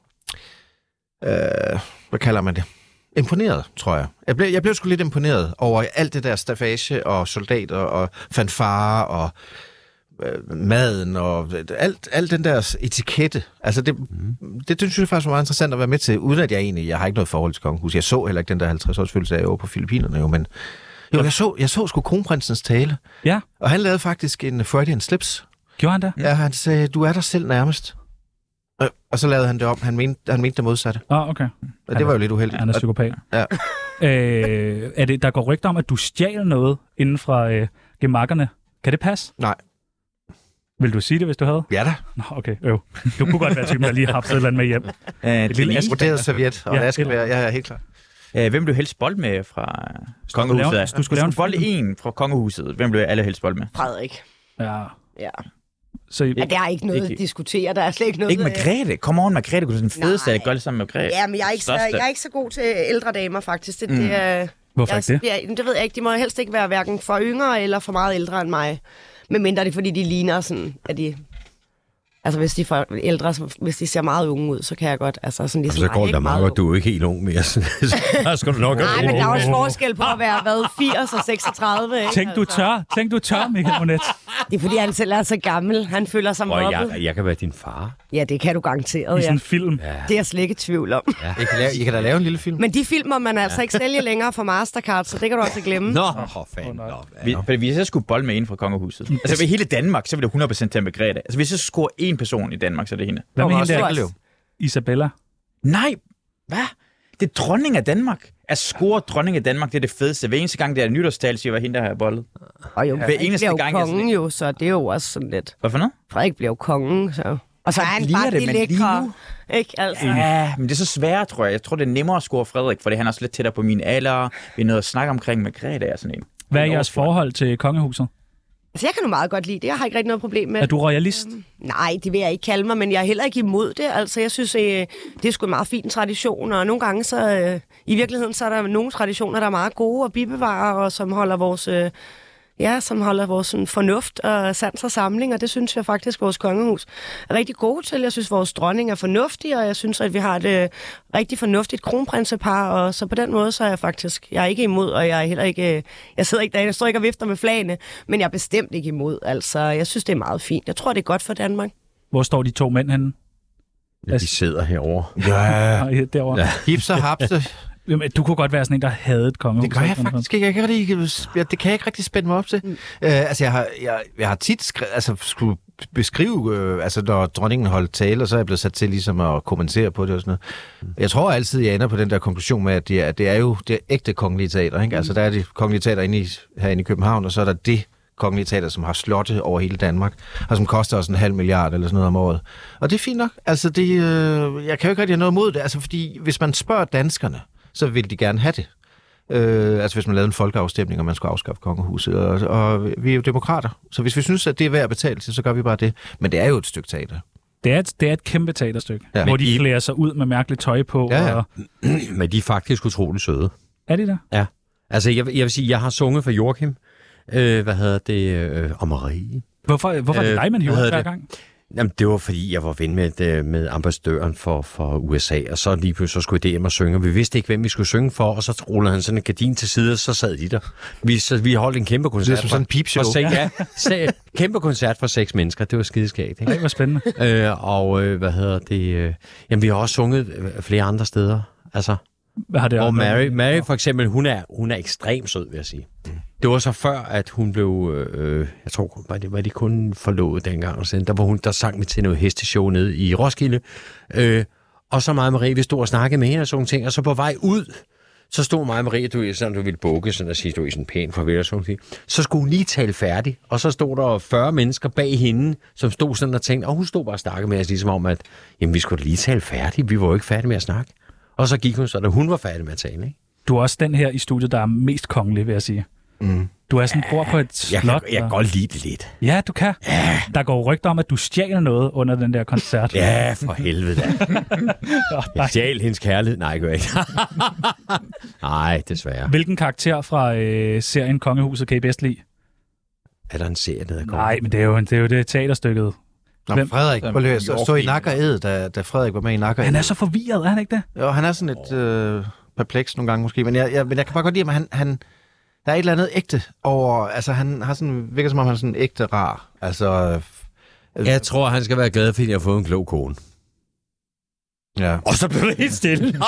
øh, hvad kalder man det? Imponeret, tror jeg. Jeg blev, jeg blev sgu lidt imponeret over alt det der staffage og soldater og fanfare og øh, maden og alt, alt den der etikette. Altså det, mm. det, det synes jeg faktisk var meget interessant at være med til, uden at jeg egentlig, jeg har ikke noget forhold til kongehus. Jeg så heller ikke den der halvtreds års fødselsdag over på Filippinerne jo, men jo, jeg så, jeg så sgu kronprinsens tale. Ja. Og han lavede faktisk en Freudian slips. Gjorde han det? Ja, han sagde, du er dig selv nærmest. Og, og så lavede han det om. Han mente, han mente det modsatte. Ah, okay. Og det var jo lidt uheldigt. Han er psykopat. Ja. Øh, er det, der går rygter om, at du stjal noget inden fra øh, gemakkerne. Kan det passe? Nej. Vil du sige det, hvis du havde? Ja da. Nå, okay. Øv. Du kunne godt være typen, der lige har haft et eller andet med hjem. Uh, Et lille Denise, Broderet serviet og Ja, ja, askebær. et- Ja, ja, helt klart. uh, hvem blev helst bold med fra kongehuset? lave- du skulle lave en bolde en fra kongehuset. Hvem blev alle helst bold med? Frederik. Ja. Ja. Så I, Ja, der er ikke noget Ikke- at diskutere. Der er slet ikke noget... Ikke Margrethe. Come on, Margrethe. Kunne du sådan fedeste, Nej. at gøre det sammen med Margrethe? Ja, men jeg er ikke, så, Største. jeg er ikke så god til ældre damer, faktisk. Det, Mm. det er, hvorfor jeg, ikke det? Ja, det ved jeg ikke. De må helst ikke være hverken for yngre eller for meget ældre end mig. Men mindre det er, fordi de ligner sådan, at de Altså, hvis de for ældre, hvis de ser meget unge ud, så kan jeg godt... Altså, sådan ligesom, så går det da meget godt, du er ikke helt ung mere. Så skal du nok... Nej, men der er også forskel på at være, hvad, firs og seksogtredive, ikke? Tænk, du tør. Tænk, du tør, Michael Monet. Det er, fordi han selv er så gammel. Han føler sig mobbet. Jeg, jeg kan være din far. Ja, det kan du garanteret, I sådan en ja. film. Ja. Det er jeg slet ikke i tvivl om. Ja. I kan, lave, I kan da lave en lille film. Men de film må man altså ikke sælge længere for Mastercard, så det kan du også glemme. Nå, for fanden. Vi, for hvis jeg skulle bolle med en fra kongehuset, altså ved hele Danmark, så ville det hundrede procent tage Margrethe. Altså hvis jeg scorer en person i Danmark, så er det hende. Hvad med Nå, hende der? også- Isabella? Nej, hvad? Det er dronning af Danmark. At score dronning af Danmark, det er det fedeste. Hver eneste gang, det er nytårstal, siger, hvad hende der har bollet. Og jo, Hver Frederik eneste bliver jo gang, jeg kongen sådan- jo, så det er jo også sådan lidt... Hvad for noget? Frederik bliver jo kongen, så... Og så er han bliver bare det, det, men lige lækre, nu- ikke? Altså. Ja, men det er så svært, tror jeg. Jeg tror, det er nemmere at score Frederik, fordi han er også lidt tættere på min alder. Vi er noget at snakke omkring Margrethe og sådan en. Hvad er En jeres overflod. forhold til kongehuset? Altså, jeg kan nu meget godt lide det. Jeg har ikke rigtig noget problem med Er du royalist? Nej, det vil jeg ikke kalde mig, men jeg er heller ikke imod det. Altså, jeg synes, øh, det er sgu en meget fin tradition, og nogle gange så... Øh, I virkeligheden, så er der nogle traditioner, der er meget gode og bibevarer, og som holder vores... Øh, ja, som holder vores sådan, fornuft og sans og samling, og det synes jeg faktisk, vores kongehus er rigtig gode til. Jeg synes, vores dronning er fornuftig, og jeg synes, at vi har et øh, rigtig fornuftigt kronprinsepar, og så på den måde, så er jeg faktisk... Jeg er ikke imod, og jeg er heller ikke... Øh, jeg sidder ikke der, jeg står ikke og vifter med flagene, men jeg er bestemt ikke imod. Altså, jeg synes, det er meget fint. Jeg tror, det er godt for Danmark. Hvor står de to mænd henne? Ja, de sidder herovre. Ja. Nej, derovre. Ja. Hipster, hapste. Jamen, du kunne godt være sådan en, der havde et kongehus. Det gør jeg faktisk ikke. Jeg kan ikke rigtig, jeg, det kan jeg ikke rigtig spænde mig op til. Mm. Uh, altså, jeg har, jeg, jeg har tit skrevet, altså, skulle beskrive, øh, altså, når dronningen holdt tale, så er jeg blevet sat til ligesom at kommentere på det og sådan noget. Mm. Jeg tror altid, jeg ender på den der konklusion med, at det er, det er jo det er ægte kongelige teater. Ikke? Mm. Altså, der er det kongelige teater inde i, herinde i København, og så er der det kongelige teater, som har slotte over hele Danmark, og som koster os en halv milliard eller sådan noget om året. Og det er fint nok. Altså, det, øh, jeg kan jo ikke rigtig have noget imod det, altså, fordi hvis man spørger danskerne, så vil de gerne have det. Øh, altså hvis man lavede en folkeafstemning, og man skulle afskaffe kongehuset. Og, og vi er jo demokrater, så hvis vi synes, at det er værd at betale til, så gør vi bare det. Men det er jo et stykke teater. Det er et, det er et kæmpe teaterstykke, ja. Hvor de I- klæder sig ud med mærkeligt tøj på. Ja, ja. Og... Men de er faktisk utroligt søde. Er de der? Ja. Altså, jeg, jeg vil sige, jeg har sunget for Joachim. Øh, hvad hedder det? Øh, og Marie. Hvorfor, hvorfor er det Øh, dig, man hiver hvad hedder hver det? gang? Jamen, det var fordi, jeg var ven med, øh, med ambassadøren for, for U S A, og så lige pludselig så skulle jeg hjem og synge, og vi vidste ikke, hvem vi skulle synge for, og så rullede han sådan en gardin til side, og så sad de der. Vi, så, vi holdt en kæmpe koncert. Det er som sådan en peepshow. For seks, ja, se, kæmpe koncert for seks mennesker. Det var skideskægt, ikke? Det var spændende. Øh, og øh, hvad hedder det? Øh, jamen, vi har også sunget øh, flere andre steder. Altså, Hvad har det og at- Mary, Mary for eksempel, hun er, hun er ekstremt sød, vil jeg sige. Mm. Det var så før, at hun blev, øh, jeg tror, var det, var de kun forlovet dengang, og sådan, der var hun, der sang vi til noget hesteshow nede i Roskilde, øh, og så mig og Marie, vi stod og snakkede med hende og sådan nogle ting, og så på vej ud, så stod mig og Marie, du, sådan, du ville bukke, sådan at sige, du er sådan pæn farvel og sådan noget. Så skulle hun lige tale færdig, og så stod der fyrre mennesker bag hende, som stod sådan og tænkte, og hun stod bare og snakkede med os, ligesom om, at jamen, vi skulle da lige tale færdig, vi var jo ikke færdige med at snakke. Og så gik hun så, da hun var færdig med at tale, ikke? Du er også den her i studiet, der er mest kongelig, vil jeg sige. Mm. Du er sådan bor på et slot. Jeg kan, jeg kan og- godt lide det lidt. Ja, du kan. Ja. Der går rygter om, at du stjal noget under den der koncert. Ja, for helvede da. Nå, Jeg nej. stjal hendes kærlighed. Nej, jeg gør ikke. Nej, desværre. Hvilken karakter fra øh, serien Kongehuset kan I bedst lide? Er der en serie, der hedder Nej, men det er jo det, er jo det teaterstykket. Nå, Hvem? Frederik, Så- prøv lige at stå- stå i Yorkie. Nak og Ed, da, da Frederik var med i Nak og Ed. Han er så forvirret, er han ikke det? Jo, han er sådan lidt øh, perpleks nogle gange måske, men jeg, jeg, men jeg kan bare godt lide, at han, han, der er et eller andet ægte over, altså han har sådan, virker som om han er sådan ægte rar, altså... Øh, Jeg tror, han skal være glad, fordi jeg har fået en klog kone. ja. Og så blev det helt stille.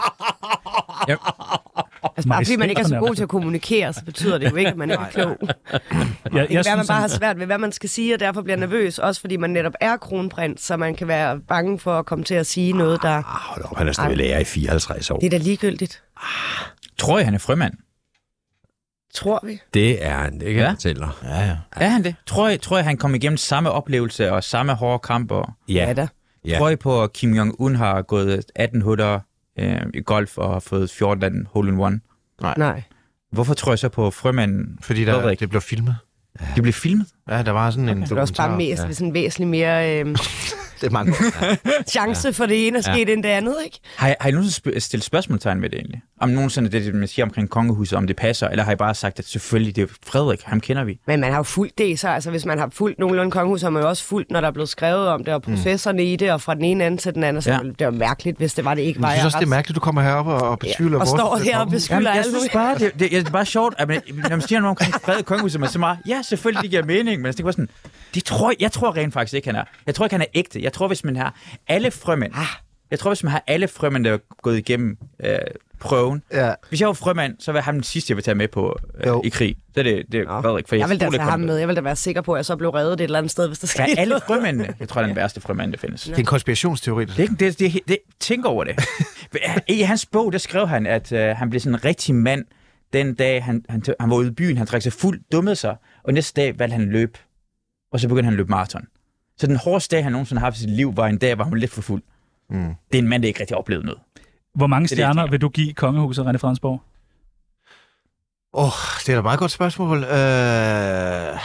Altså bare fordi man ikke er så god til at kommunikere, så betyder det jo ikke, at man ikke er klog. Jeg, Det kan være, man bare har svært ved, hvad man skal sige, og derfor bliver nervøs, også fordi man netop er kronprins, så man kan være bange for at komme til at sige noget, der... Ah, hold op, han er stadig lærer i fireoghalvtreds år. Det er da ligegyldigt, Tror jeg, han er frømand? tror vi. Det er han, det kan Ja. jeg fortælle dig. Ja, ja. Er han det? Tror jeg, tror jeg han kom igennem samme oplevelse og samme hårde kamper? Ja da. Ja. Tror jeg på, at Kim Jong-un har gået atten huller øh, i golf og har fået fjorten hole-in-one? Nej. Hvorfor tror jeg så på frømanden? Fordi der, Frederik? det blev filmet. Det blev filmet? Ja, der var sådan en Det er også bare mest, ja. sådan væsentligt mere øh, Det er mange år. Ja. chance for det ene at ske ja. end det andet, ikke? Har, I- har I nogensinde sp- stillet spørgsmålstegn med det egentlig? om nogensinde det, man siger omkring kongehuset, om det passer, eller har I bare sagt, at selvfølgelig, det er Frederik, ham kender vi? Men man har jo fulgt det, så altså, hvis man har fulgt nogenlunde kongehus, har man jo også fulgt, når der er blevet skrevet om det, og processerne mm. i det, og fra den ene ende til den anden, så ja. det var mærkeligt, hvis det var det ikke var. Jeg synes også, det er mærkeligt, du kommer herop og beskyder ja, vores... Og står her og beskyder alle. Jeg synes bare, det, det, det er bare sjovt, at man, når man siger noget omkring Frederik kongehuset, man så meget, ja, selvfølgelig, det giver mening, men jeg tænker sådan, det tror, jeg tror rent faktisk ikke, han er. Jeg tror ikke, han er ægte. Jeg tror, hvis man har alle frømænd, ah. jeg tror, hvis man har alle frømænd, der er gået igennem øh, prøven. Ja. Hvis jeg var frømand, så var han den sidste, jeg vil tage med på øh, i krig. Så er det, det er Frederik. For jeg, jeg vil da tage ham med. Jeg vil da være sikker på, at jeg så blev reddet et eller andet sted, hvis der skete. Ja, alle frømændene. Jeg tror, det er den værste frømand, der findes. Det er en konspirationsteori. Det, det, det, det, det, tænk over det. I hans bog, der skrev han, at øh, han blev sådan en rigtig mand den dag, han, han, han var ude i byen. Han trak sig fuld, dummede sig, og næste dag valgte han løb. Og så begyndte han at løbe maraton. Så den hårdeste dag, han nogensinde har haft i sit liv, var en dag, hvor han var lidt for fuld. Mm. Det er en mand, der ikke rigtig oplevede noget. Hvor mange stjerner det, vil du give kongehuset, René Fredensborg? Åh, oh, det er da et meget godt spørgsmål. Uh... Er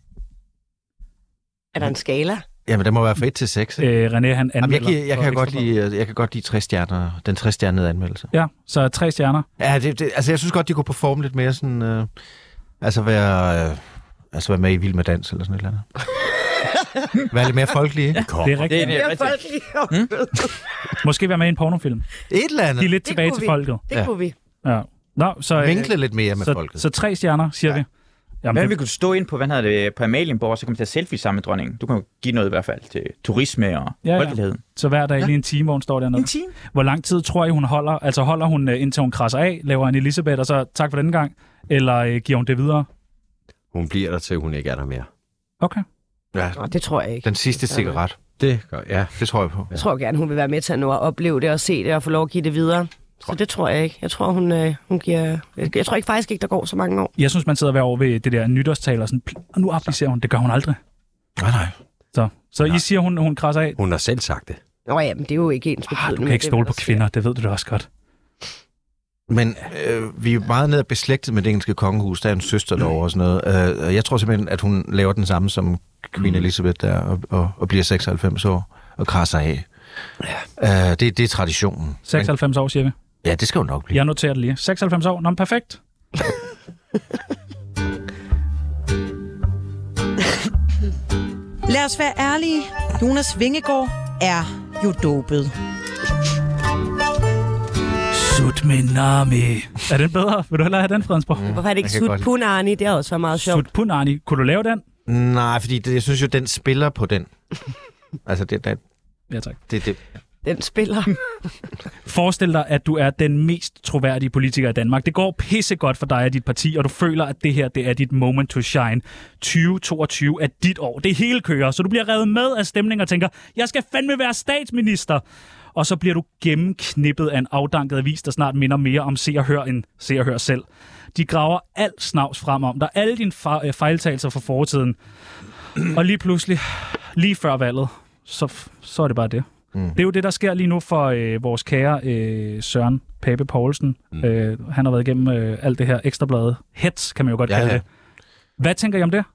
der en skala? Jamen, det må være fra et til seks. Øh, René, han anmelder. Jeg, jeg, jeg, kan godt lide, jeg kan godt lide tre stjerner, den tre stjernede anmeldelse. Ja, så tre stjerner. Ja, det, det, altså jeg synes godt, de kunne performe lidt mere sådan... Uh, altså være... Uh, altså være med i Vild med Dans eller sådan et eller andet. Være lidt mere folkelige. Ja, det er rigtigt. Det er, det er mere folkelige. Hmm? Måske være med i en pornofilm. Et eller andet. De er lidt det tilbage til vi. folket. Det ja. kunne vi. Ja. Nå, så, Vinkle lidt mere med så, folket. Så tre stjerner, siger ja. vi. Jamen, men det... vi kunne stå ind på, hvad hedder det, på Amalienborg, så kan vi tage selfie sammen med dronningen. Du kan jo give noget i hvert fald til turisme og ja, ja. folkeligheden. Så hver dag ja. lige en time, hvor hun står dernede. En time? Hvor lang tid tror I, hun holder? Altså holder hun indtil hun krasser af, laver en Elisabeth, og så tak for denne gang? Eller øh, giver hun det videre? Hun bliver der til, hun ikke er der mere. Okay. Ja, Nå, det tror jeg ikke. Den sidste cigaret. Det gør ja. Det tror jeg på. Jeg tror gerne, hun vil være med til at nå at opleve det og se det og få lov at give det videre. Så det tror jeg ikke. Jeg tror, hun, øh, hun giver... Jeg, jeg tror ikke faktisk ikke, der går så mange år. Jeg synes, man sidder hver år ved det der nytårstaler og sådan, og nu applicerer hun. Det gør hun aldrig. Nej, nej. Så, så I siger, hun, hun krasser af? Hun har selv sagt det. Nå ja, men det er jo ikke ens betydning. Ah, du kan ikke stole på kvinder, det ved du da også godt. Men øh, vi er meget ned og beslægtet med det engelske kongehus. Der er en søster derovre og sådan noget. Øh, jeg tror simpelthen, at hun laver den samme som Queen Elizabeth der, og, og, og bliver seksoghalvfems år og krasser af. Ja. Øh, det, det er traditionen. seksoghalvfems år, siger vi? Ja, det skal jo nok blive. Jeg noterer det lige. seksoghalvfems år? Nå, men perfekt. Lad os være ærlige. Jonas Vingegaard er jo dopet. Sut med nami. Er den bedre? Vil du hellere have den, Fredensborg? Mm. Hvorfor er det ikke Sut Punani? Det er også meget sjovt. Sut Punani. Kunne du lave den? Nej, fordi det, jeg synes jo, den spiller på den. Altså, det... det ja, tak. Det, det. Den spiller. Forestil dig, at du er den mest troværdige politiker i Danmark. Det går pissegodt for dig og dit parti, og du føler, at det her det er dit moment to shine. tyve toogtyve er dit år. Det hele kører, så du bliver revet med af stemning og tænker, jeg skal fandme være statsminister. Og så bliver du gennemknippet af en afdanket avis, der snart minder mere om Se og Hør end Se og Hør selv. De graver alt snavs frem om dig, alle dine fejltagelser fra fortiden. Og lige pludselig, lige før valget, så, så er det bare det. Mm. Det er jo det, der sker lige nu for øh, vores kære øh, Søren Pape Poulsen. Mm. Øh, han har været igennem øh, alt det her ekstrablade. Hets, kan man jo godt ja, kalde ja. det. Hvad tænker I om det?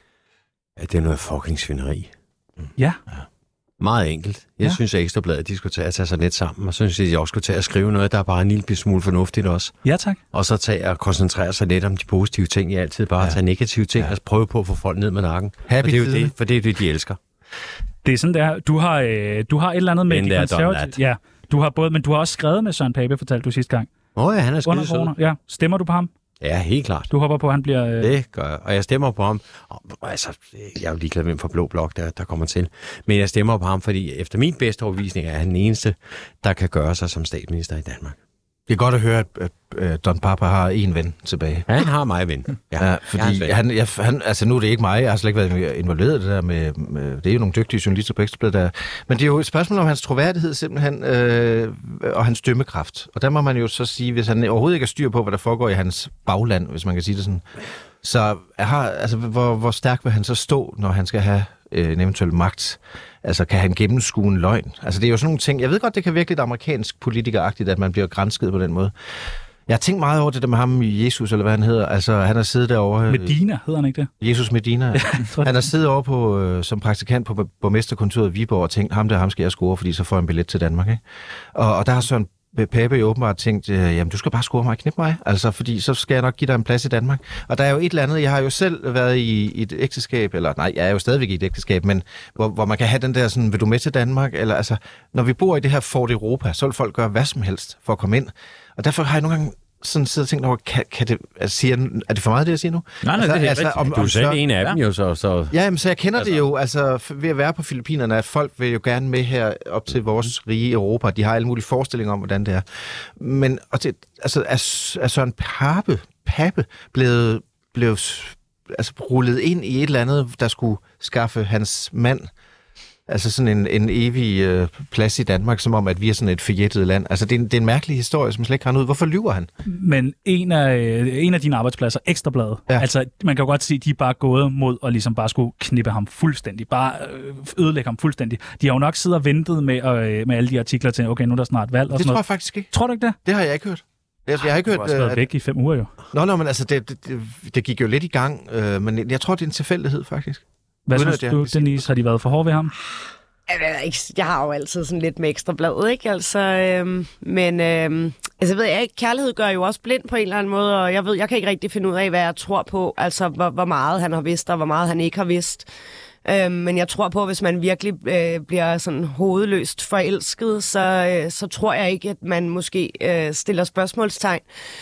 Ja, det er noget fucking svineri. Mm. Ja. ja. Meget enkelt. Jeg ja. synes, at Ekstrabladet, de skulle tage at tage sig lidt sammen, og så synes jeg, at de også skulle tage at skrive noget, der er bare en lille smule fornuftigt også. Ja, tak. Og så tage og koncentrere sig lidt om de positive ting. Jeg altid bare ja. tage negative ting ja. og prøve på at få folk ned med nakken. Happy for det er jo det, for det er det, de elsker. Det er sådan der. Du har øh, du har et eller andet med de konservative. Ja, du har både, men du har også skrevet med Søren Pape, fortalte du sidste gang. Åh oh ja, han er skide sød. Ja, stemmer du på ham? Ja, helt klart. Du håber på, at han bliver... Øh... Det gør jeg, og jeg stemmer på ham. Og, altså, jeg er jo ligeglad, hvem fra Blå Blok, der, der kommer til. Men jeg stemmer på ham, fordi efter min bedste overbevisning er han den eneste, der kan gøre sig som statsminister i Danmark. Det er godt at høre, at, at, at Don Papa har en ven tilbage. Han har mig ven. Ja, ja fordi han, jeg, han, altså nu er det ikke mig, jeg har slet ikke været involveret i det der med, med, det er jo nogle dygtige journalister på Ekstrabladet der, men det er jo et spørgsmål om hans troværdighed simpelthen, øh, og hans dømmekraft. Og der må man jo så sige, hvis han overhovedet ikke har styr på, hvad der foregår i hans bagland, hvis man kan sige det sådan, så har, altså, hvor, hvor stærk vil han så stå, når han skal have øh, en eventuel magt? Altså, kan han gennemskue en løgn? Altså, det er jo sådan nogle ting. Jeg ved godt, det kan virke lidt amerikansk politikeragtigt, at man bliver gransket på den måde. Jeg har tænkt meget over det der med ham i Jesus, eller hvad han hedder. Altså, han har siddet derovre... Medina, hedder han ikke det? Jesus Medina. Ja, han har siddet over på, øh, som praktikant på borgmesterkontoret i Viborg og tænkt, ham der, ham skal jeg score, fordi så får jeg en billet til Danmark, ikke? Og, og der har Søren Pape jo åbenbart tænkt, øh, jamen du skal bare score mig, knip mig, altså fordi så skal jeg nok give dig en plads i Danmark. Og der er jo et eller andet, jeg har jo selv været i, i et ægteskab, eller nej, jeg er jo stadigvæk i et ægteskab, men hvor, hvor man kan have den der sådan, vil du med til Danmark? Eller altså, når vi bor i det her Fort Europa, så vil folk gøre hvad som helst for at komme ind. Og derfor har jeg nogle gange sådan siddet og tænkt over, kan, kan det, altså, siger, er det for meget, det jeg siger nu? Nej, nej, altså, det er altså, rigtigt. om, Du er om, selv så, en af dem jo, så... så... Ja, jamen, så jeg kender Altså. det jo, altså ved at være på Filippinerne, at folk vil jo gerne med her op til vores rige Europa. De har alle mulige forestillinger om, hvordan det er. Men og det, altså, er, er Søren Pape, Pape blevet, blevet altså, rullet ind i et eller andet, der skulle skaffe hans mand altså sådan en, en evig øh, plads i Danmark, som om, at vi er sådan et forjættet land. Altså, det er, en, det er en mærkelig historie, som slet ikke har ud. Hvorfor lyver han? Men en af, en af dine arbejdspladser, Ekstrabladet, Ja. altså man kan jo godt se, at de er bare gået mod at ligesom bare skulle knippe ham fuldstændig, bare øh, ødelægge ham fuldstændig. De har jo nok siddet og ventet med, øh, med alle de artikler til, okay, nu er der snart valg og Det sådan tror jeg noget. faktisk ikke. Tror du ikke det? Det har jeg ikke hørt. Jeg, jeg har ikke Du hørt... har også været at- væk i fem uger jo. Nå, nå, men altså, det, det, det, det gik jo lidt i gang, øh, men jeg tror, det er en tilfældighed, faktisk. Hvad Uden synes at jeg du, vil sige- Denise? Har de været for hårde ved ham? Jeg, ved ikke, jeg har jo altid sådan lidt med Ekstrabladet, ikke? Altså, øhm, men øhm, altså, ved jeg ikke, kærlighed gør jo også blind på en eller anden måde, og jeg ved, jeg kan ikke rigtig finde ud af, hvad jeg tror på, altså hvor, hvor meget han har vidst, og hvor meget han ikke har vidst. Øhm, men jeg tror på, at hvis man virkelig øh, bliver sådan hovedløst forelsket, så, øh, så tror jeg ikke, at man måske øh, stiller spørgsmålstegn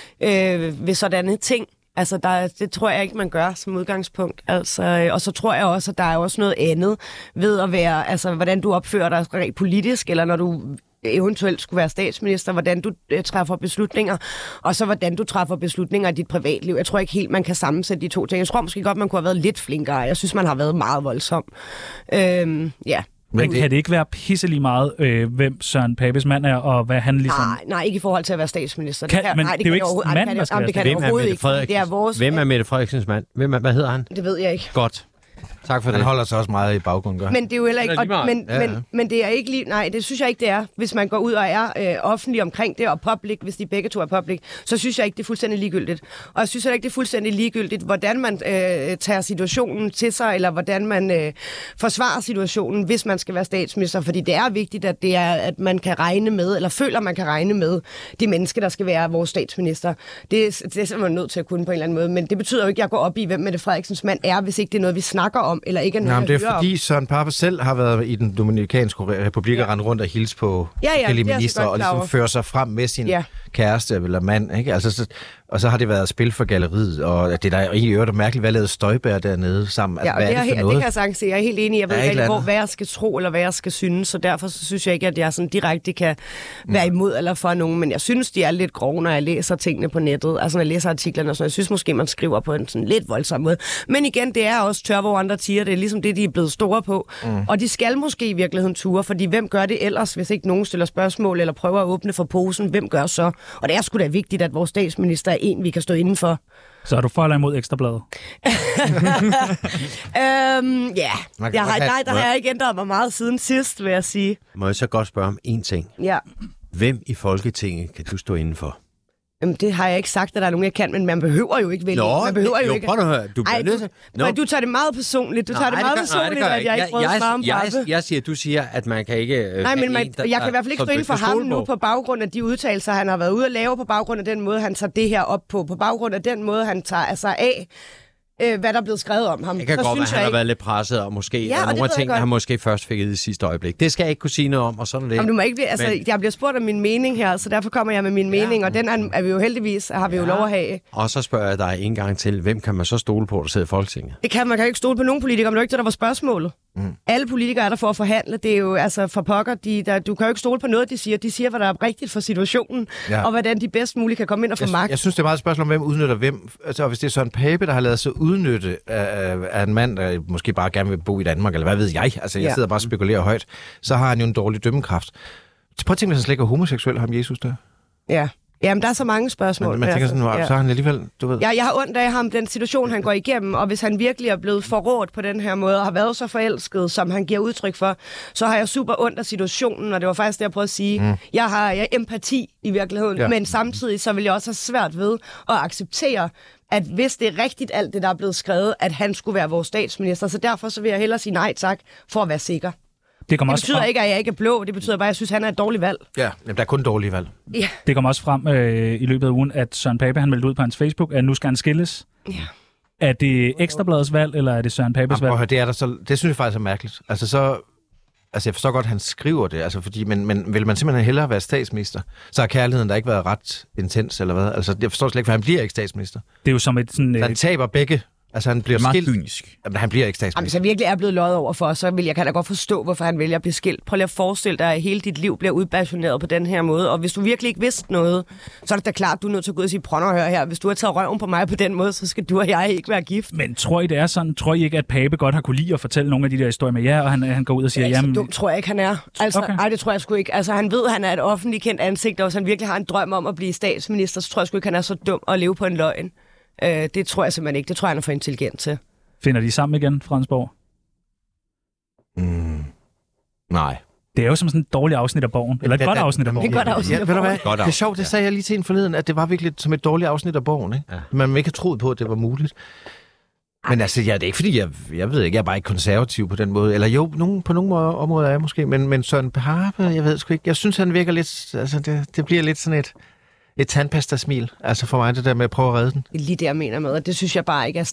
øh, ved sådanne ting. Altså, der, det tror jeg ikke, man gør som udgangspunkt. Altså, øh, og så tror jeg også, at der er også noget andet ved at være, altså, hvordan du opfører dig rent politisk, eller når du eventuelt skulle være statsminister, hvordan du øh, træffer beslutninger, og så hvordan du træffer beslutninger i dit privatliv. Jeg tror ikke helt, man kan sammensætte de to ting. Jeg tror måske godt, man kunne have været lidt flinkere. Jeg synes, man har været meget voldsom. Øhm, ja. Men kan det ikke være pisselig meget, øh, hvem Søren Papes mand er, og hvad han ligesom... Nej, nej, ikke i forhold til at være statsminister. Kan- men nej, det er jo ikke overhovedet- manden, nej, der skal det kan være det- Hvem jamen, det er overhovedet Mette ikke, fordi det er Frederiksens, vores... Hvem er Mette Frederiksens mand? Hvem er, hvad hedder han? Det ved jeg ikke. Godt. Tak for Han det. holder sig også meget i baggrunden, gør han? Men det er jo heller ikke... Det er lige Og, meget. men, Ja, ja. men, men det er ikke lige... Nej, det synes jeg ikke, det er. Hvis man går ud og er øh, offentlig omkring det, og public, hvis de begge to er public, så synes jeg ikke, det er fuldstændig ligegyldigt. Og jeg synes heller ikke, det er fuldstændig ligegyldigt, hvordan man øh, tager situationen til sig, eller hvordan man øh, forsvarer situationen, hvis man skal være statsminister. Fordi det er vigtigt, at, det er, at man kan regne med, eller føler, man kan regne med de mennesker, der skal være vores statsminister. Det, er- det er simpelthen nødt til at kunne på en eller anden måde. Men det betyder jo ikke, at jeg går op i, hvem Mette Frederiksens mand er, hvis ikke det er noget, vi snakker om, eller ikke er noget, Nej, men det jeg er hører fordi Søren Pape selv har været i den Dominikanske Republik og rendt rundt og hilse på Ja, ja, forskellige det er jeg ministre godt og klar ligesom over. fører sig frem med sin Ja. kæreste eller mand. Ikke? Altså, så, og så har det været spil for galleriet, og det er der egentlig øvrigt mærkeligt, hvad lavede Støjberg dernede sammen? Altså, Ja, og hvad det, er er, det for det noget? kan jeg sagtens se. Jeg er helt enig. Jeg ved Der er et ikke, eller hvor, andet. hvad jeg skal tro, eller hvad jeg skal synes, så derfor så synes jeg ikke, at jeg sådan direkte kan være imod eller for nogen, men jeg synes, de er lidt grove, når jeg læser tingene på nettet. Altså, når jeg læser artiklerne og sådan, jeg synes måske, man skriver på en sådan lidt voldsom måde. Men igen, det er også tør, hvor andre tiger. Det er ligesom det, de er blevet store på. Mm. Og de skal måske i virkeligheden ture, fordi hvem gør det ellers, hvis ikke nogen stiller spørgsmål eller prøver at åbne for posen? Hvem gør så? Og det er sgu da vigtigt, at vores statsminister er en, vi kan stå indenfor. Så er du for eller imod Ekstrabladet? Øhm, ja, Man kan jeg godt har, have- nej, der har jeg ikke ændret mig meget siden sidst, vil jeg sige. Må jeg så godt spørge om én ting? Ja. Hvem i Folketinget kan du stå indenfor? Jamen, det har jeg ikke sagt, at der er nogen, jeg kan, men man behøver jo ikke vælge. Man behøver jo, jo, ikke. prøv at høre. Du bliver Ej, nødt du, til... nej, du tager det meget personligt. Du tager det meget gør- personligt, gør at jeg ikke prøver at svare om jeg, Pape. jeg, jeg siger, du siger, at man kan ikke... Øh, Nej, have men man, en, der- jeg kan i hvert fald ikke som stå du inden for kan ham stole nu på baggrund af de udtalelser, han har været ude at lave, på baggrund af den måde, han tager det her op på, på baggrund af den måde, han tager sig af, øh, hvad der er blevet skrevet om ham. Det kan Så godt være, synes at han jeg har ikke- været lidt presset, og måske Ja, ja, og det nogle af ved jeg tingene, godt. han måske først fik i sidste øjeblik. Det skal jeg ikke kunne sige noget om, og sådan er det. Jamen, du må ikke blive, altså, Men- jeg bliver spurgt om min mening her, så derfor kommer jeg med min mening, og den er, er vi jo heldigvis, har vi jo lov at have. Og så spørger jeg dig en gang til, hvem kan man så stole på, der sidder i Folketinget? Det kan man kan jo ikke stole på nogen politikere, men det er jo ikke det, der var spørgsmålet. Mm. Alle politikere er der for at forhandle. Det er jo altså for pokker. De, der, du kan jo ikke stole på noget, de siger. De siger, hvad der er rigtigt for situationen, Ja. ja. og hvordan de bedst muligt kan komme ind og få Jeg, magt. jeg synes, det er meget et spørgsmål om, hvem udnytter hvem. Altså, og hvis det er Søren Pape, der har lavet sig udnytte af, af en mand, der måske bare gerne vil bo i Danmark, eller hvad ved jeg, altså jeg Ja. sidder bare og spekulerer højt, så har han jo en dårlig dømmekraft. Prøv at tænke, hvis han slet ikke er homoseksuel, ham Jesus der. Ja. Jamen, der er så mange spørgsmål. Men man tænker sådan, altså, ja. så har han alligevel, du ved... Ja, jeg har ondt af ham, den situation, han går igennem, og hvis han virkelig er blevet forrådt på den her måde, og har været så forelsket, som han giver udtryk for, så har jeg super ondt af situationen, og det var faktisk det, jeg prøvede at sige. Mm. Jeg har jeg empati i virkeligheden, Ja. ja. men samtidig så vil jeg også have svært ved at acceptere, at hvis det er rigtigt alt det, der er blevet skrevet, at han skulle være vores statsminister, så derfor så vil jeg hellere sige nej tak, for at være sikker. Det, Det også betyder frem, ikke, at jeg ikke er blå. Det betyder bare, at jeg synes, han er et dårligt valg. Ja, jamen, der er kun dårlige valg. Ja. det kom også frem øh, i løbet af ugen, at Søren Pape han meldte ud på hans Facebook, at nu skal han skilles. Ja. Er det Ekstrabladets valg, eller er det Søren Papes Jamen, prøv at valg? høre, det, er der så, det synes jeg faktisk er mærkeligt. Altså, så, altså jeg forstår godt, at han skriver det, altså, fordi, men, men vil man simpelthen hellere være statsminister, så har kærligheden der ikke været ret intens, eller hvad? Altså, jeg forstår slet ikke, for han bliver ikke statsminister. Det er jo som et sådan... Så Øh, han taber begge. Altså, han bliver Det er meget skilt. kynisk. Jamen, han bliver ikke Jamen, statsminister. hvis jeg virkelig er blevet løjet over for, så vil jeg, kan da godt forstå, hvorfor han vælger at blive skilt. Prøv lige at forestille dig, at hele dit liv bliver udpassioneret på den her måde. Og hvis du virkelig ikke vidste noget, så er det da klart, at du er nødt til at gå ud og sige, prøv at høre her. Hvis du har taget røven på mig på den måde, så skal du og jeg ikke være gift. men tror I, det er sådan? Tror I ikke, at Pape godt har kunne lide at fortælle nogle af de der historier med jer, og han, han går ud og siger, Ja, så jamen... dum tror jeg ikke, han er. Altså, Okay. okay. Ej, det tror jeg sgu ikke. Altså, han ved, at han er et offentligt kendt ansigt, og hvis han virkelig har en drøm om at blive statsminister, så tror jeg sgu ikke, han er så dum at leve på en løgn. Øh, det tror jeg simpelthen ikke. Det tror jeg, han er for intelligent til. Finder de sammen igen, Fredensborg? Mm. Nej. Det er jo som sådan et dårligt afsnit af Borgen. Eller et Da- godt da- afsnit af Det er Borgen. et godt afsnit Ja, af ved du hvad? Godt Det er sjovt, det sagde jeg lige til en forleden, at det var virkelig som et dårligt afsnit af Borgen, ikke? Ja. Man ikke har troet på, at det var muligt. Men altså, ja, det er ikke fordi, jeg, jeg ved ikke, jeg er bare ikke konservativ på den måde. Eller jo, nogen, på nogle måder, områder er jeg måske, men, men Søren Pape, jeg ved sgu ikke. Jeg synes, han virker lidt, altså det, det bliver lidt sådan et, et tandpasta-smil. Altså for mig, det der med at prøve at redde den. Det er lige det, jeg mener med, og det synes jeg bare ikke er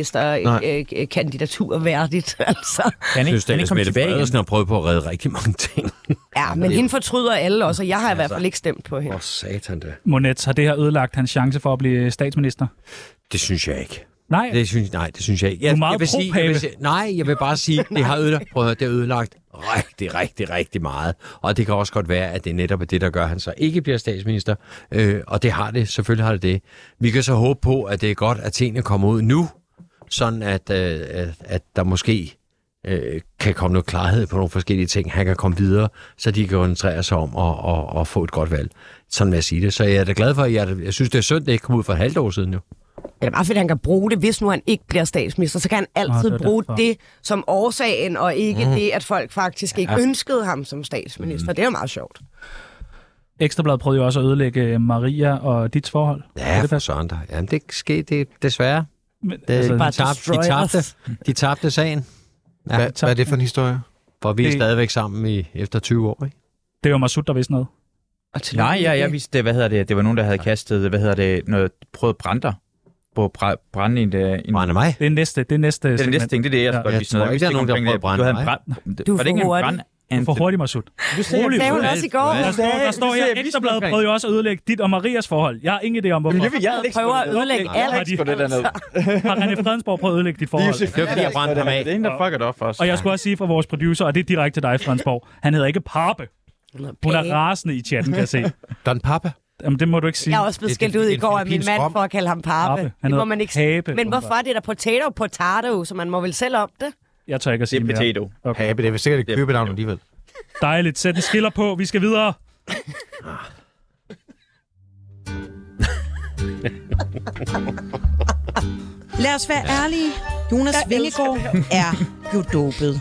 statsminister-kandidatur værdigt. Altså. Kan Jeg ikke, synes, kan at ikke komme Mette tilbage igen? Frederiksen har prøvet på at redde rigtig mange ting. Ja, men hende fortryder alle også, og jeg har i hvert fald ikke stemt på hende. Åh, satan da. Monet, har det her ødelagt hans chance for at blive statsminister? Det synes jeg ikke. Nej, Det synes, nej, det synes jeg ikke. Jeg, Du er meget jeg vil sige, jeg pro-Pape. vil sige, nej, jeg vil bare sige, det har ødelagt, prøv at høre, det har ødelagt rigtig, rigtig, rigtig meget. Og det kan også godt være, at det netop er det, der gør, at han så ikke bliver statsminister. Øh, og det har det, selvfølgelig har det det. Vi kan så håbe på, at det er godt, at tingene kommer ud nu, sådan at, øh, at, at der måske øh, kan komme noget klarhed på nogle forskellige ting. Han kan komme videre, så de kan koncentrere sig om at, at, at få et godt valg. Sådan vil jeg sige det. Så jeg er da glad for, at jeg, jeg synes, det er synd, det ikke kom ud for et halvt år siden jo. Eller bare fordi han kan bruge det, hvis nu han ikke bliver statsminister, så kan han altid Nå, det er bruge derfor. det som årsagen, og ikke mm. det, at folk faktisk ikke ønskede ham som statsminister. Mm. Det er jo meget sjovt. Ekstrabladet prøvede jo også at ødelægge Maria og dit forhold. Ja, for søren der. Jamen, det skete det, desværre. Men, Det, altså, de, bare tabte, de, destroy tabte, us. de tabte sagen. Ja, Hvad, hvad er det for en historie? for vi er det- stadigvæk sammen i, efter tyve år, ikke? det er jo Masud, der vidste noget. Nej, ja, jeg vidste, hvad hedder det, det var nogen, der havde kastet, hvad hedder det, noget, prøvet brænder på br- brænde i en... en Brænder mig? Det er næste, det er næste det er det segment. næste ting, det er det, jeg Ja. skal godt Jeg vise tror noget. ikke, der er nogen, der omkring, prøver at at brænde du havde en mig. brand- Du er Var det ikke for en hurtig. brand? For hurtigt, Masud. Du sagde, Det sagde hun du- også i går. Der står, der står her, jeg Ekstrabladet prøvede jo også at ødelægge dit og Marias forhold. Jeg har ingen idé om, hvorfor. Men det vil jeg ikke Prøver at ødelægge Nej, alt. har de- Skriv det derned. Har René Fredensborg prøvet at ødelægge dit forhold? Det var fordi, jeg brændte ham af. Det er en, der fucker det op for os. Og jeg skulle også sige fra vores producer, og det er direkte til dig, Fredensborg. Han hedder ikke Pape. Hun er rasende i chatten, kan jeg se. Don Papa? Jamen, det må du ikke sige. Jeg er også blevet Det- skældt det- ud det i er en går af min filippinsk mand rom. for at kalde ham Pape. pape. Han Det må hedder man ikke Pape. Men hvorfor er det der potato potato, så man må vel selv op det? Jeg tør ikke at Det sige er mere. potato. Okay. Pape, det er vel sikkert et Det er købenavn potato. alligevel. Dejligt. Sæt en skiller på. Vi skal videre. Lad os være ærlige. Jonas Vingegaard er jo dopet.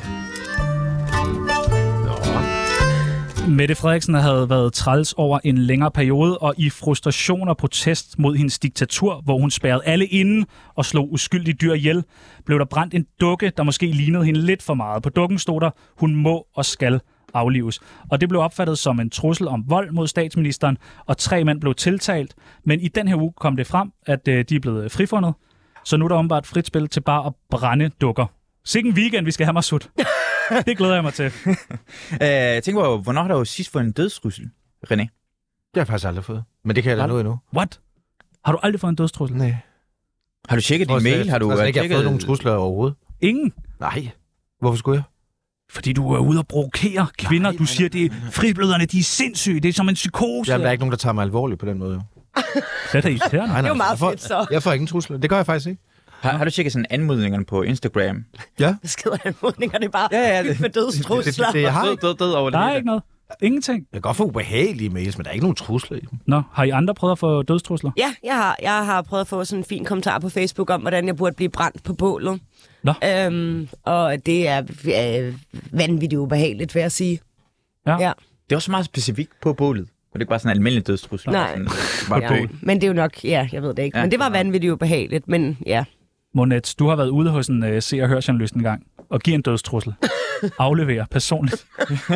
Mette Frederiksen havde været træls over en længere periode, og i frustration og protest mod hendes diktatur, hvor hun spærrede alle inde og slog uskyldige dyr ihjel, blev der brændt en dukke, der måske lignede hende lidt for meget. På dukken stod der, hun må og skal aflives. Og det blev opfattet som en trussel om vold mod statsministeren, og tre mænd blev tiltalt. Men i den her uge kom det frem, at øh, de er blevet frifundet. Så nu er der åbenbart frit spil til bare at brænde dukker. Sikke en weekend, vi skal have mig sut. Det glæder jeg mig til. Øh, Jeg tænker på, hvornår har der jo sidst fået en dødstrussel, René? Det har jeg faktisk aldrig fået. Men det kan jeg da Har nå endnu. What? Har du aldrig fået en dødstrussel? Nej. Har du tjekket din Hvor- mail? Har du altså, ikke, jeg har tjekket... fået nogen trusler overhovedet. Ingen? Nej. Hvorfor skulle jeg? Fordi du er ude og provokere kvinder. Du siger, det er fribløderne, de er sindssyge. Det er som en psykose. Jamen, der er ikke nogen, der tager mig alvorligt på den måde. Jo. Det er da irriterende. Nej, nej, Det er jo meget jeg får, fedt, så. Jeg får ingen trusler. Det gør jeg faktisk ikke. Har, har du tjekket sådan anmodningerne på Instagram? Ja. Beskeder anmodninger, det er bare Ja, ja, det- fyldt med dødstrusler. Det, det, jeg har Død, ikke. død, død over Der det er hele. ikke noget. Ingenting. Jeg kan godt få ubehagelige mails, men der er ikke nogen trusler i dem. Nå, har I andre prøvet at få dødstrusler? Ja, jeg har, jeg har prøvet at få sådan en fin kommentar på Facebook om, hvordan jeg burde blive brændt på bålet. Nå. Øhm, og det er øh, vanvittigt ubehageligt, vil jeg sige. Ja. ja. Det er også meget specifikt på bålet. Og det er ikke bare sådan en almindelig dødstrussel. Nej. Sådan, bare ja. bål. Men det er jo nok, ja, jeg ved det ikke. Ja. Men det var vanvittigt ubehageligt, men ja. Monet, du har været ude hos en uh, se- og hør-journalist en gang. og give en dødstrussel. Aflevere personligt.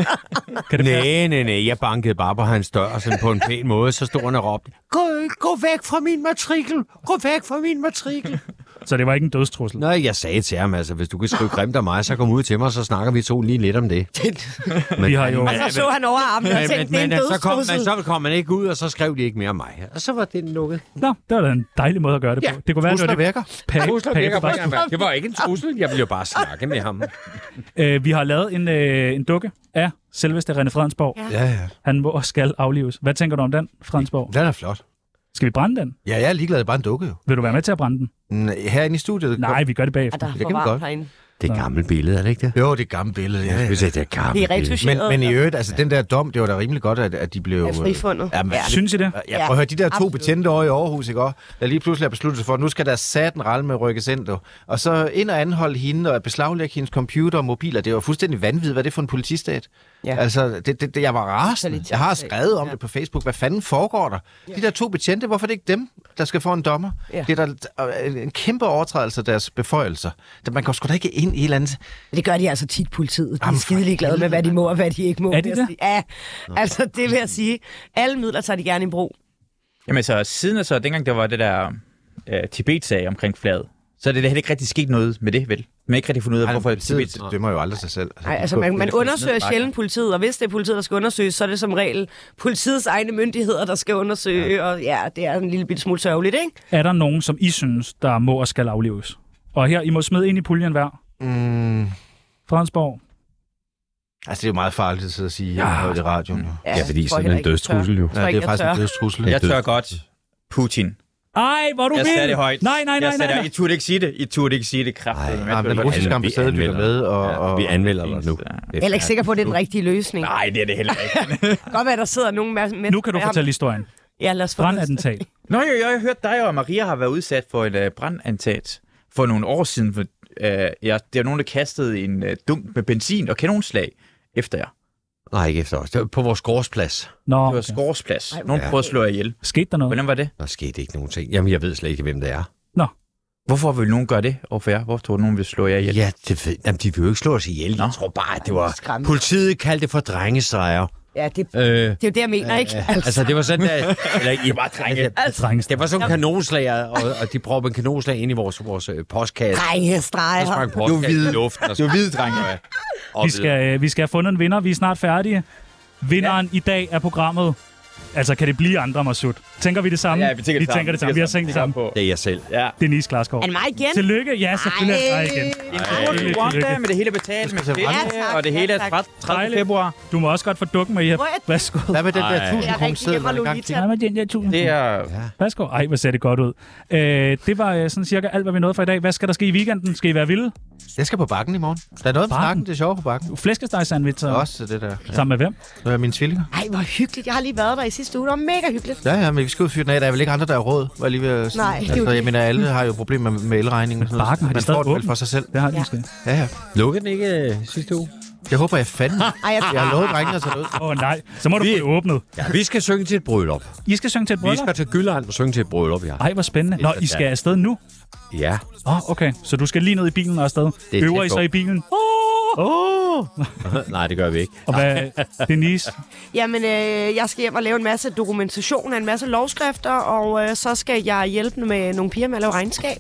Kan det passe? Nej, nej, nej. Jeg bankede bare på hans dør sådan på en pæn måde, så stod han og råbte, gå, gå væk fra min matrikel! Gå væk fra min matrikel! Så det var ikke en dødstrussel? Nej, jeg sagde til ham, altså, hvis du kan skrive grimt af mig, så kom ud til mig, så snakker vi to lige lidt om det. Men, Vi har jo... Og så så han over armen og men, tænkte, men, det er en men, så, kom, men dødstrussel. så kom man ikke ud, og så skrev de ikke mere om mig. Og så var det lukket. Nå, det var da en dejlig måde at gøre det på. Ja, Det kunne være, det var Trusler det. virker. Pa- Trusler Pape virker bare på skulle- Det var ikke en trussel, jeg ville jo bare snakke med ham. Øh, vi har lavet en, øh, en dukke af selveste René Fredensborg. Ja. Ja, ja. Han må og skal aflives. Hvad tænker du om den, Fredensborg? Den er flot. Skal vi brænde den? Ja, jeg er ligeglad. Det er bare en dukke, jo. Vil du være med til at brænde den? Mm, Herinde i studiet... Nej, vi gør det Ja, bagefter. der er Det for kan vi varmt godt. herinde. Det er et gammelt billede, er det ikke det? Jo, det er et gammelt billede. Ja, ja. Det er et gammelt Det er billede. Men, retuscheret. men i øvrigt, altså den der dom, det var da rimelig godt, at, at de blev... Er frifundet. Ja, men, Ja. Synes I det? Ja, prøv at høre, de der to Absolut. betjente over i Aarhus, ikke også? Der lige pludselig har besluttet sig for, at nu skal der saten ralle med rykkes ind, du. Og så ind og anholde hende og beslaglægge hendes computer og mobiler. Det var fuldstændig vanvittigt. Hvad er det for en politistat? Ja. Altså, det, det, det, jeg var rasende. Jeg har skrevet om Ja. det på Facebook. Hvad fanden foregår der? De der to betjente, hvorfor er det ikke dem, der skal få en dommer? Ja. Det er der en kæmpe overtrædelse af deres beføjelser. Man går sgu da ikke ind i et eller andet... Det gør de altså tit, politiet. De er Jamen, for skide glade med, hvad de må og hvad de ikke må. Er de vil jeg det? sige. Ja, altså det vil jeg sige. Alle midler tager de gerne i brug. Jamen så siden så, dengang der var det der øh, Tibet-sag omkring flaget, så er det da heller ikke rigtig sket noget med det, vel? Man har ikke rigtig fundet ud af, hvorfor Tibet... Politiet dømmer jo aldrig sig selv. Nej, altså man, man undersøger sjældent politiet, og hvis det er politiet, der skal undersøges, så er det som regel politiets egne myndigheder, der skal undersøge, ja. Og ja, det er en lille bitte smule sørgeligt, ikke? Er der nogen, som I synes, der må og skal aflives? Og her, I må smide ind i puljen hver. Mm, Fredensborg. altså, det er jo meget farligt at sidde og sige ja. i radioen. Ja, Ja, fordi jeg tror sådan heller en ikke, jeg dødstrussel jo. tør. ja det er jeg faktisk tør. en dødstrussel. Jeg tør godt. Putin. Ej, hvor er du Jeg vild! sagde det højt. Nej, nej, nej, Jeg sagde nej, det, nej. I turde ikke sige det. I turde ikke sige det kraftigt. Ja, men den russiske ambassade lytter med, og... og Vi anmelder dig nu. Jeg er heller ikke sikker på, at det er den rigtige løsning. Nej, det er det heller ikke. Godt være, der sidder nogen med... med Nu kan du fortælle historien. Ja, lad os få Brandattentat. Nå jo, jeg har hørt dig og Maria har været udsat for et uh, brandattentat for nogle år siden. For, uh, ja, det var nogen, der kastede en uh, dunk med benzin og kanonslag efter jer. Nej, ikke efter os. Det var på vores gårdsplads. Nå, Det var okay. Skårsplads. Ej, Nogen ja. prøvede at slå jer ihjel. Skete der noget? Hvordan var det? Der skete ikke nogen ting. Jamen, jeg ved slet ikke, hvem det er. Hvorfor vil nogen gøre det overfor jer? Hvorfor tror du, nogen vil slå jer ihjel? Ja, det ved, jamen, de vil jo ikke slå os ihjel. Jeg tror bare, at det var... Skræmmende. Politiet kaldte det for drengestreger. Ja, det, Øh, det er jo det, jeg mener, ikke? altså. altså, det var sådan, der... Eller, I er bare drenge. Drenges. Det var sådan nogle kanonslager, og, og de proppede en kanonslag ind i vores, vores øh, postkasse. Drengestreger. Så sprang postkassen i luften. Og Du er hvide, drenge. og Vi skal, øh, vi skal have fundet en vinder. Vi er snart færdige. Vinderen ja. i dag af programmet. Altså, kan det blive andre, Masud? Tænker vi det samme? Ja, vi tænker det vi samme. tænker det samme. Vi har tænkt det samme. på. Det er jeg selv. Ja. Denise Klarskov. Er det mig igen? Tillykke. Ja, selvfølgelig er det dig igen. En hurtig runde med det hele betalt med ferie, Ja, tak. og det hele Ja, er tak. tredivte februar. Du må også godt få dukken med i her. Hvor er det? Værsgo. Hvad med den Ej. der tusind Jeg er kroner rigtig seddel, hjemme man og er i gang til? Nej, men den der tusind. Det er... Værsgo. Ej, hvor ser det godt ud. Øh, det var øh, sådan cirka alt, hvad vi nåede for i dag. Hvad skal der ske i weekenden? Skal I være vilde? Jeg skal på bakken i morgen. Der er noget med Bakken? snakken, det er sjovt på bakken. Flæskesteg-sandwich. og- Også det der. Ja. Sammen med hvem? Det er mine tvillinger. Ej, hvor hyggeligt. Jeg har lige været der i sidste uge. Det var mega hyggeligt. Ja, ja, men vi skal ud og fyre den af. Der er vel ikke andre, der er råd, var jeg lige ved at sige. Nej, det er jo altså, det. jeg mener, alle har jo problemer med, med elregningen. Og sådan noget. Bakken, har de Man stadig får det vel åbent? for sig selv. Det har de Ja. måske. Ja, ja. Lukkede den ikke øh, sidste uge? Jeg håber, jeg fandt. Ej, jeg, Jeg har lovet drengene at tage det ud. Åh oh, nej, så må du Vi- få det åbnet. Ja, vi skal synge til et bryllup. I skal synge til et Vi bryllup? skal til Gylland og synge til et bryllup, ja. Ej, hvor spændende. Nå, I skal afsted nu? Ja. Åh, oh, okay. Så du skal lige ned i bilen og afsted. Det er Øver tæt I så på. i bilen? Åh! Oh! Nej, det gør vi ikke. Og hvad, Denise? Jamen, øh, jeg skal hjem og lave en masse dokumentation af en masse lovskrifter, og øh, så skal jeg hjælpe med nogle piger med at lave regnskab.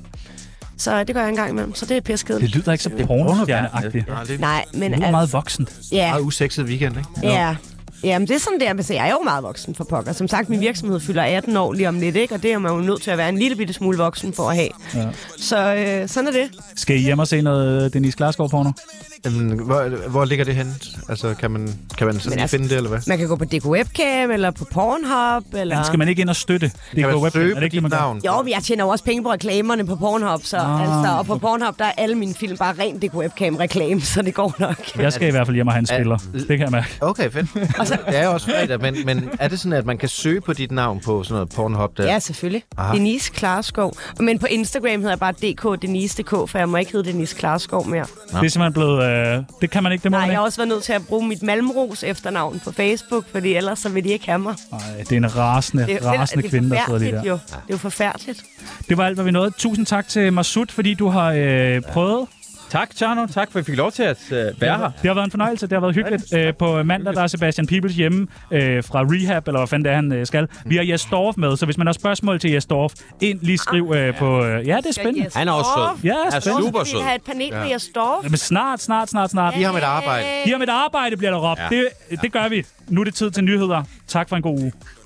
Så det gør jeg en gang imellem, så det er piskedeligt. Det lyder ikke så pornostjerneagtigt. Ja, det er Nej, men Det lyder meget voksent. ja, en meget usexet weekend, ikke? ja. Jamen, det er sådan der, men jeg er jo meget voksen for pokker. Som sagt, min virksomhed fylder atten år lige om lidt, ikke? Og det er man jo nødt til at være en lille bitte smule voksen for at have. Ja. Så øh, sådan er det. Skal I hjem og se noget Denise Klarskov-porno? Jamen, hvor, hvor ligger det henne? Altså, kan man, kan man sådan Men altså- finde det, eller hvad? Man kan gå på D K Webcam, eller på Pornhub, eller... Men skal man ikke ind og støtte? Det Kan man webcam, søge er på det ikke det, dit man gør? navn? Jo, men jeg tjener jo også penge på reklamerne på Pornhub, så Ah. altså, og på Pornhub, der er alle mine film bare rent D K Webcam-reklame, så det går nok. Jeg skal i hvert fald hjem og have en spiller. Det kan jeg mærke. Okay, fedt. Det er jo også fredag, men, men er det sådan, at man kan søge på dit navn på sådan noget Pornhub der? Ja, selvfølgelig. Ah. Denise Klarskov. Men på Instagram hedder jeg bare D K Denise punktum D K, for jeg må ikke hedde Denise Klarskov mere. Det er simpelthen blevet... Øh, det kan man ikke, det må Nej, man jeg ikke. har også været nødt til at bruge mit Malmros efternavn på Facebook, fordi ellers så vil de ikke have mig. Nej, det er en rasende, Det, er- rasende det, er kvinde, der sidder lige forfærdeligt, der. jo. Det er jo forfærdeligt. Det var alt, hvad vi nåede. Tusind tak til Masud, fordi du har øh, prøvet Tak, Tjerno. Tak, for at I fik lov til at uh, være her. Det har været en fornøjelse. Det har været hyggeligt. Øh, på mandag, der er Sebastian Peebles hjemme øh, fra Rehab, eller hvad fanden det er, han øh, skal. Vi har Jes Dorf med, så hvis man har spørgsmål til Jes Dorf, ind lige skriv øh, på... Øh, ja, det er spændende. Han er også sød. Ja, Han er spændende. super sød. Vi vil have et panel med Jes Dorf. Men snart, snart, snart, snart. Giv ham et arbejde. Giv ham et arbejde, bliver der råbt. Ja. Det, det gør vi. Nu er det tid til nyheder. Tak for en god uge.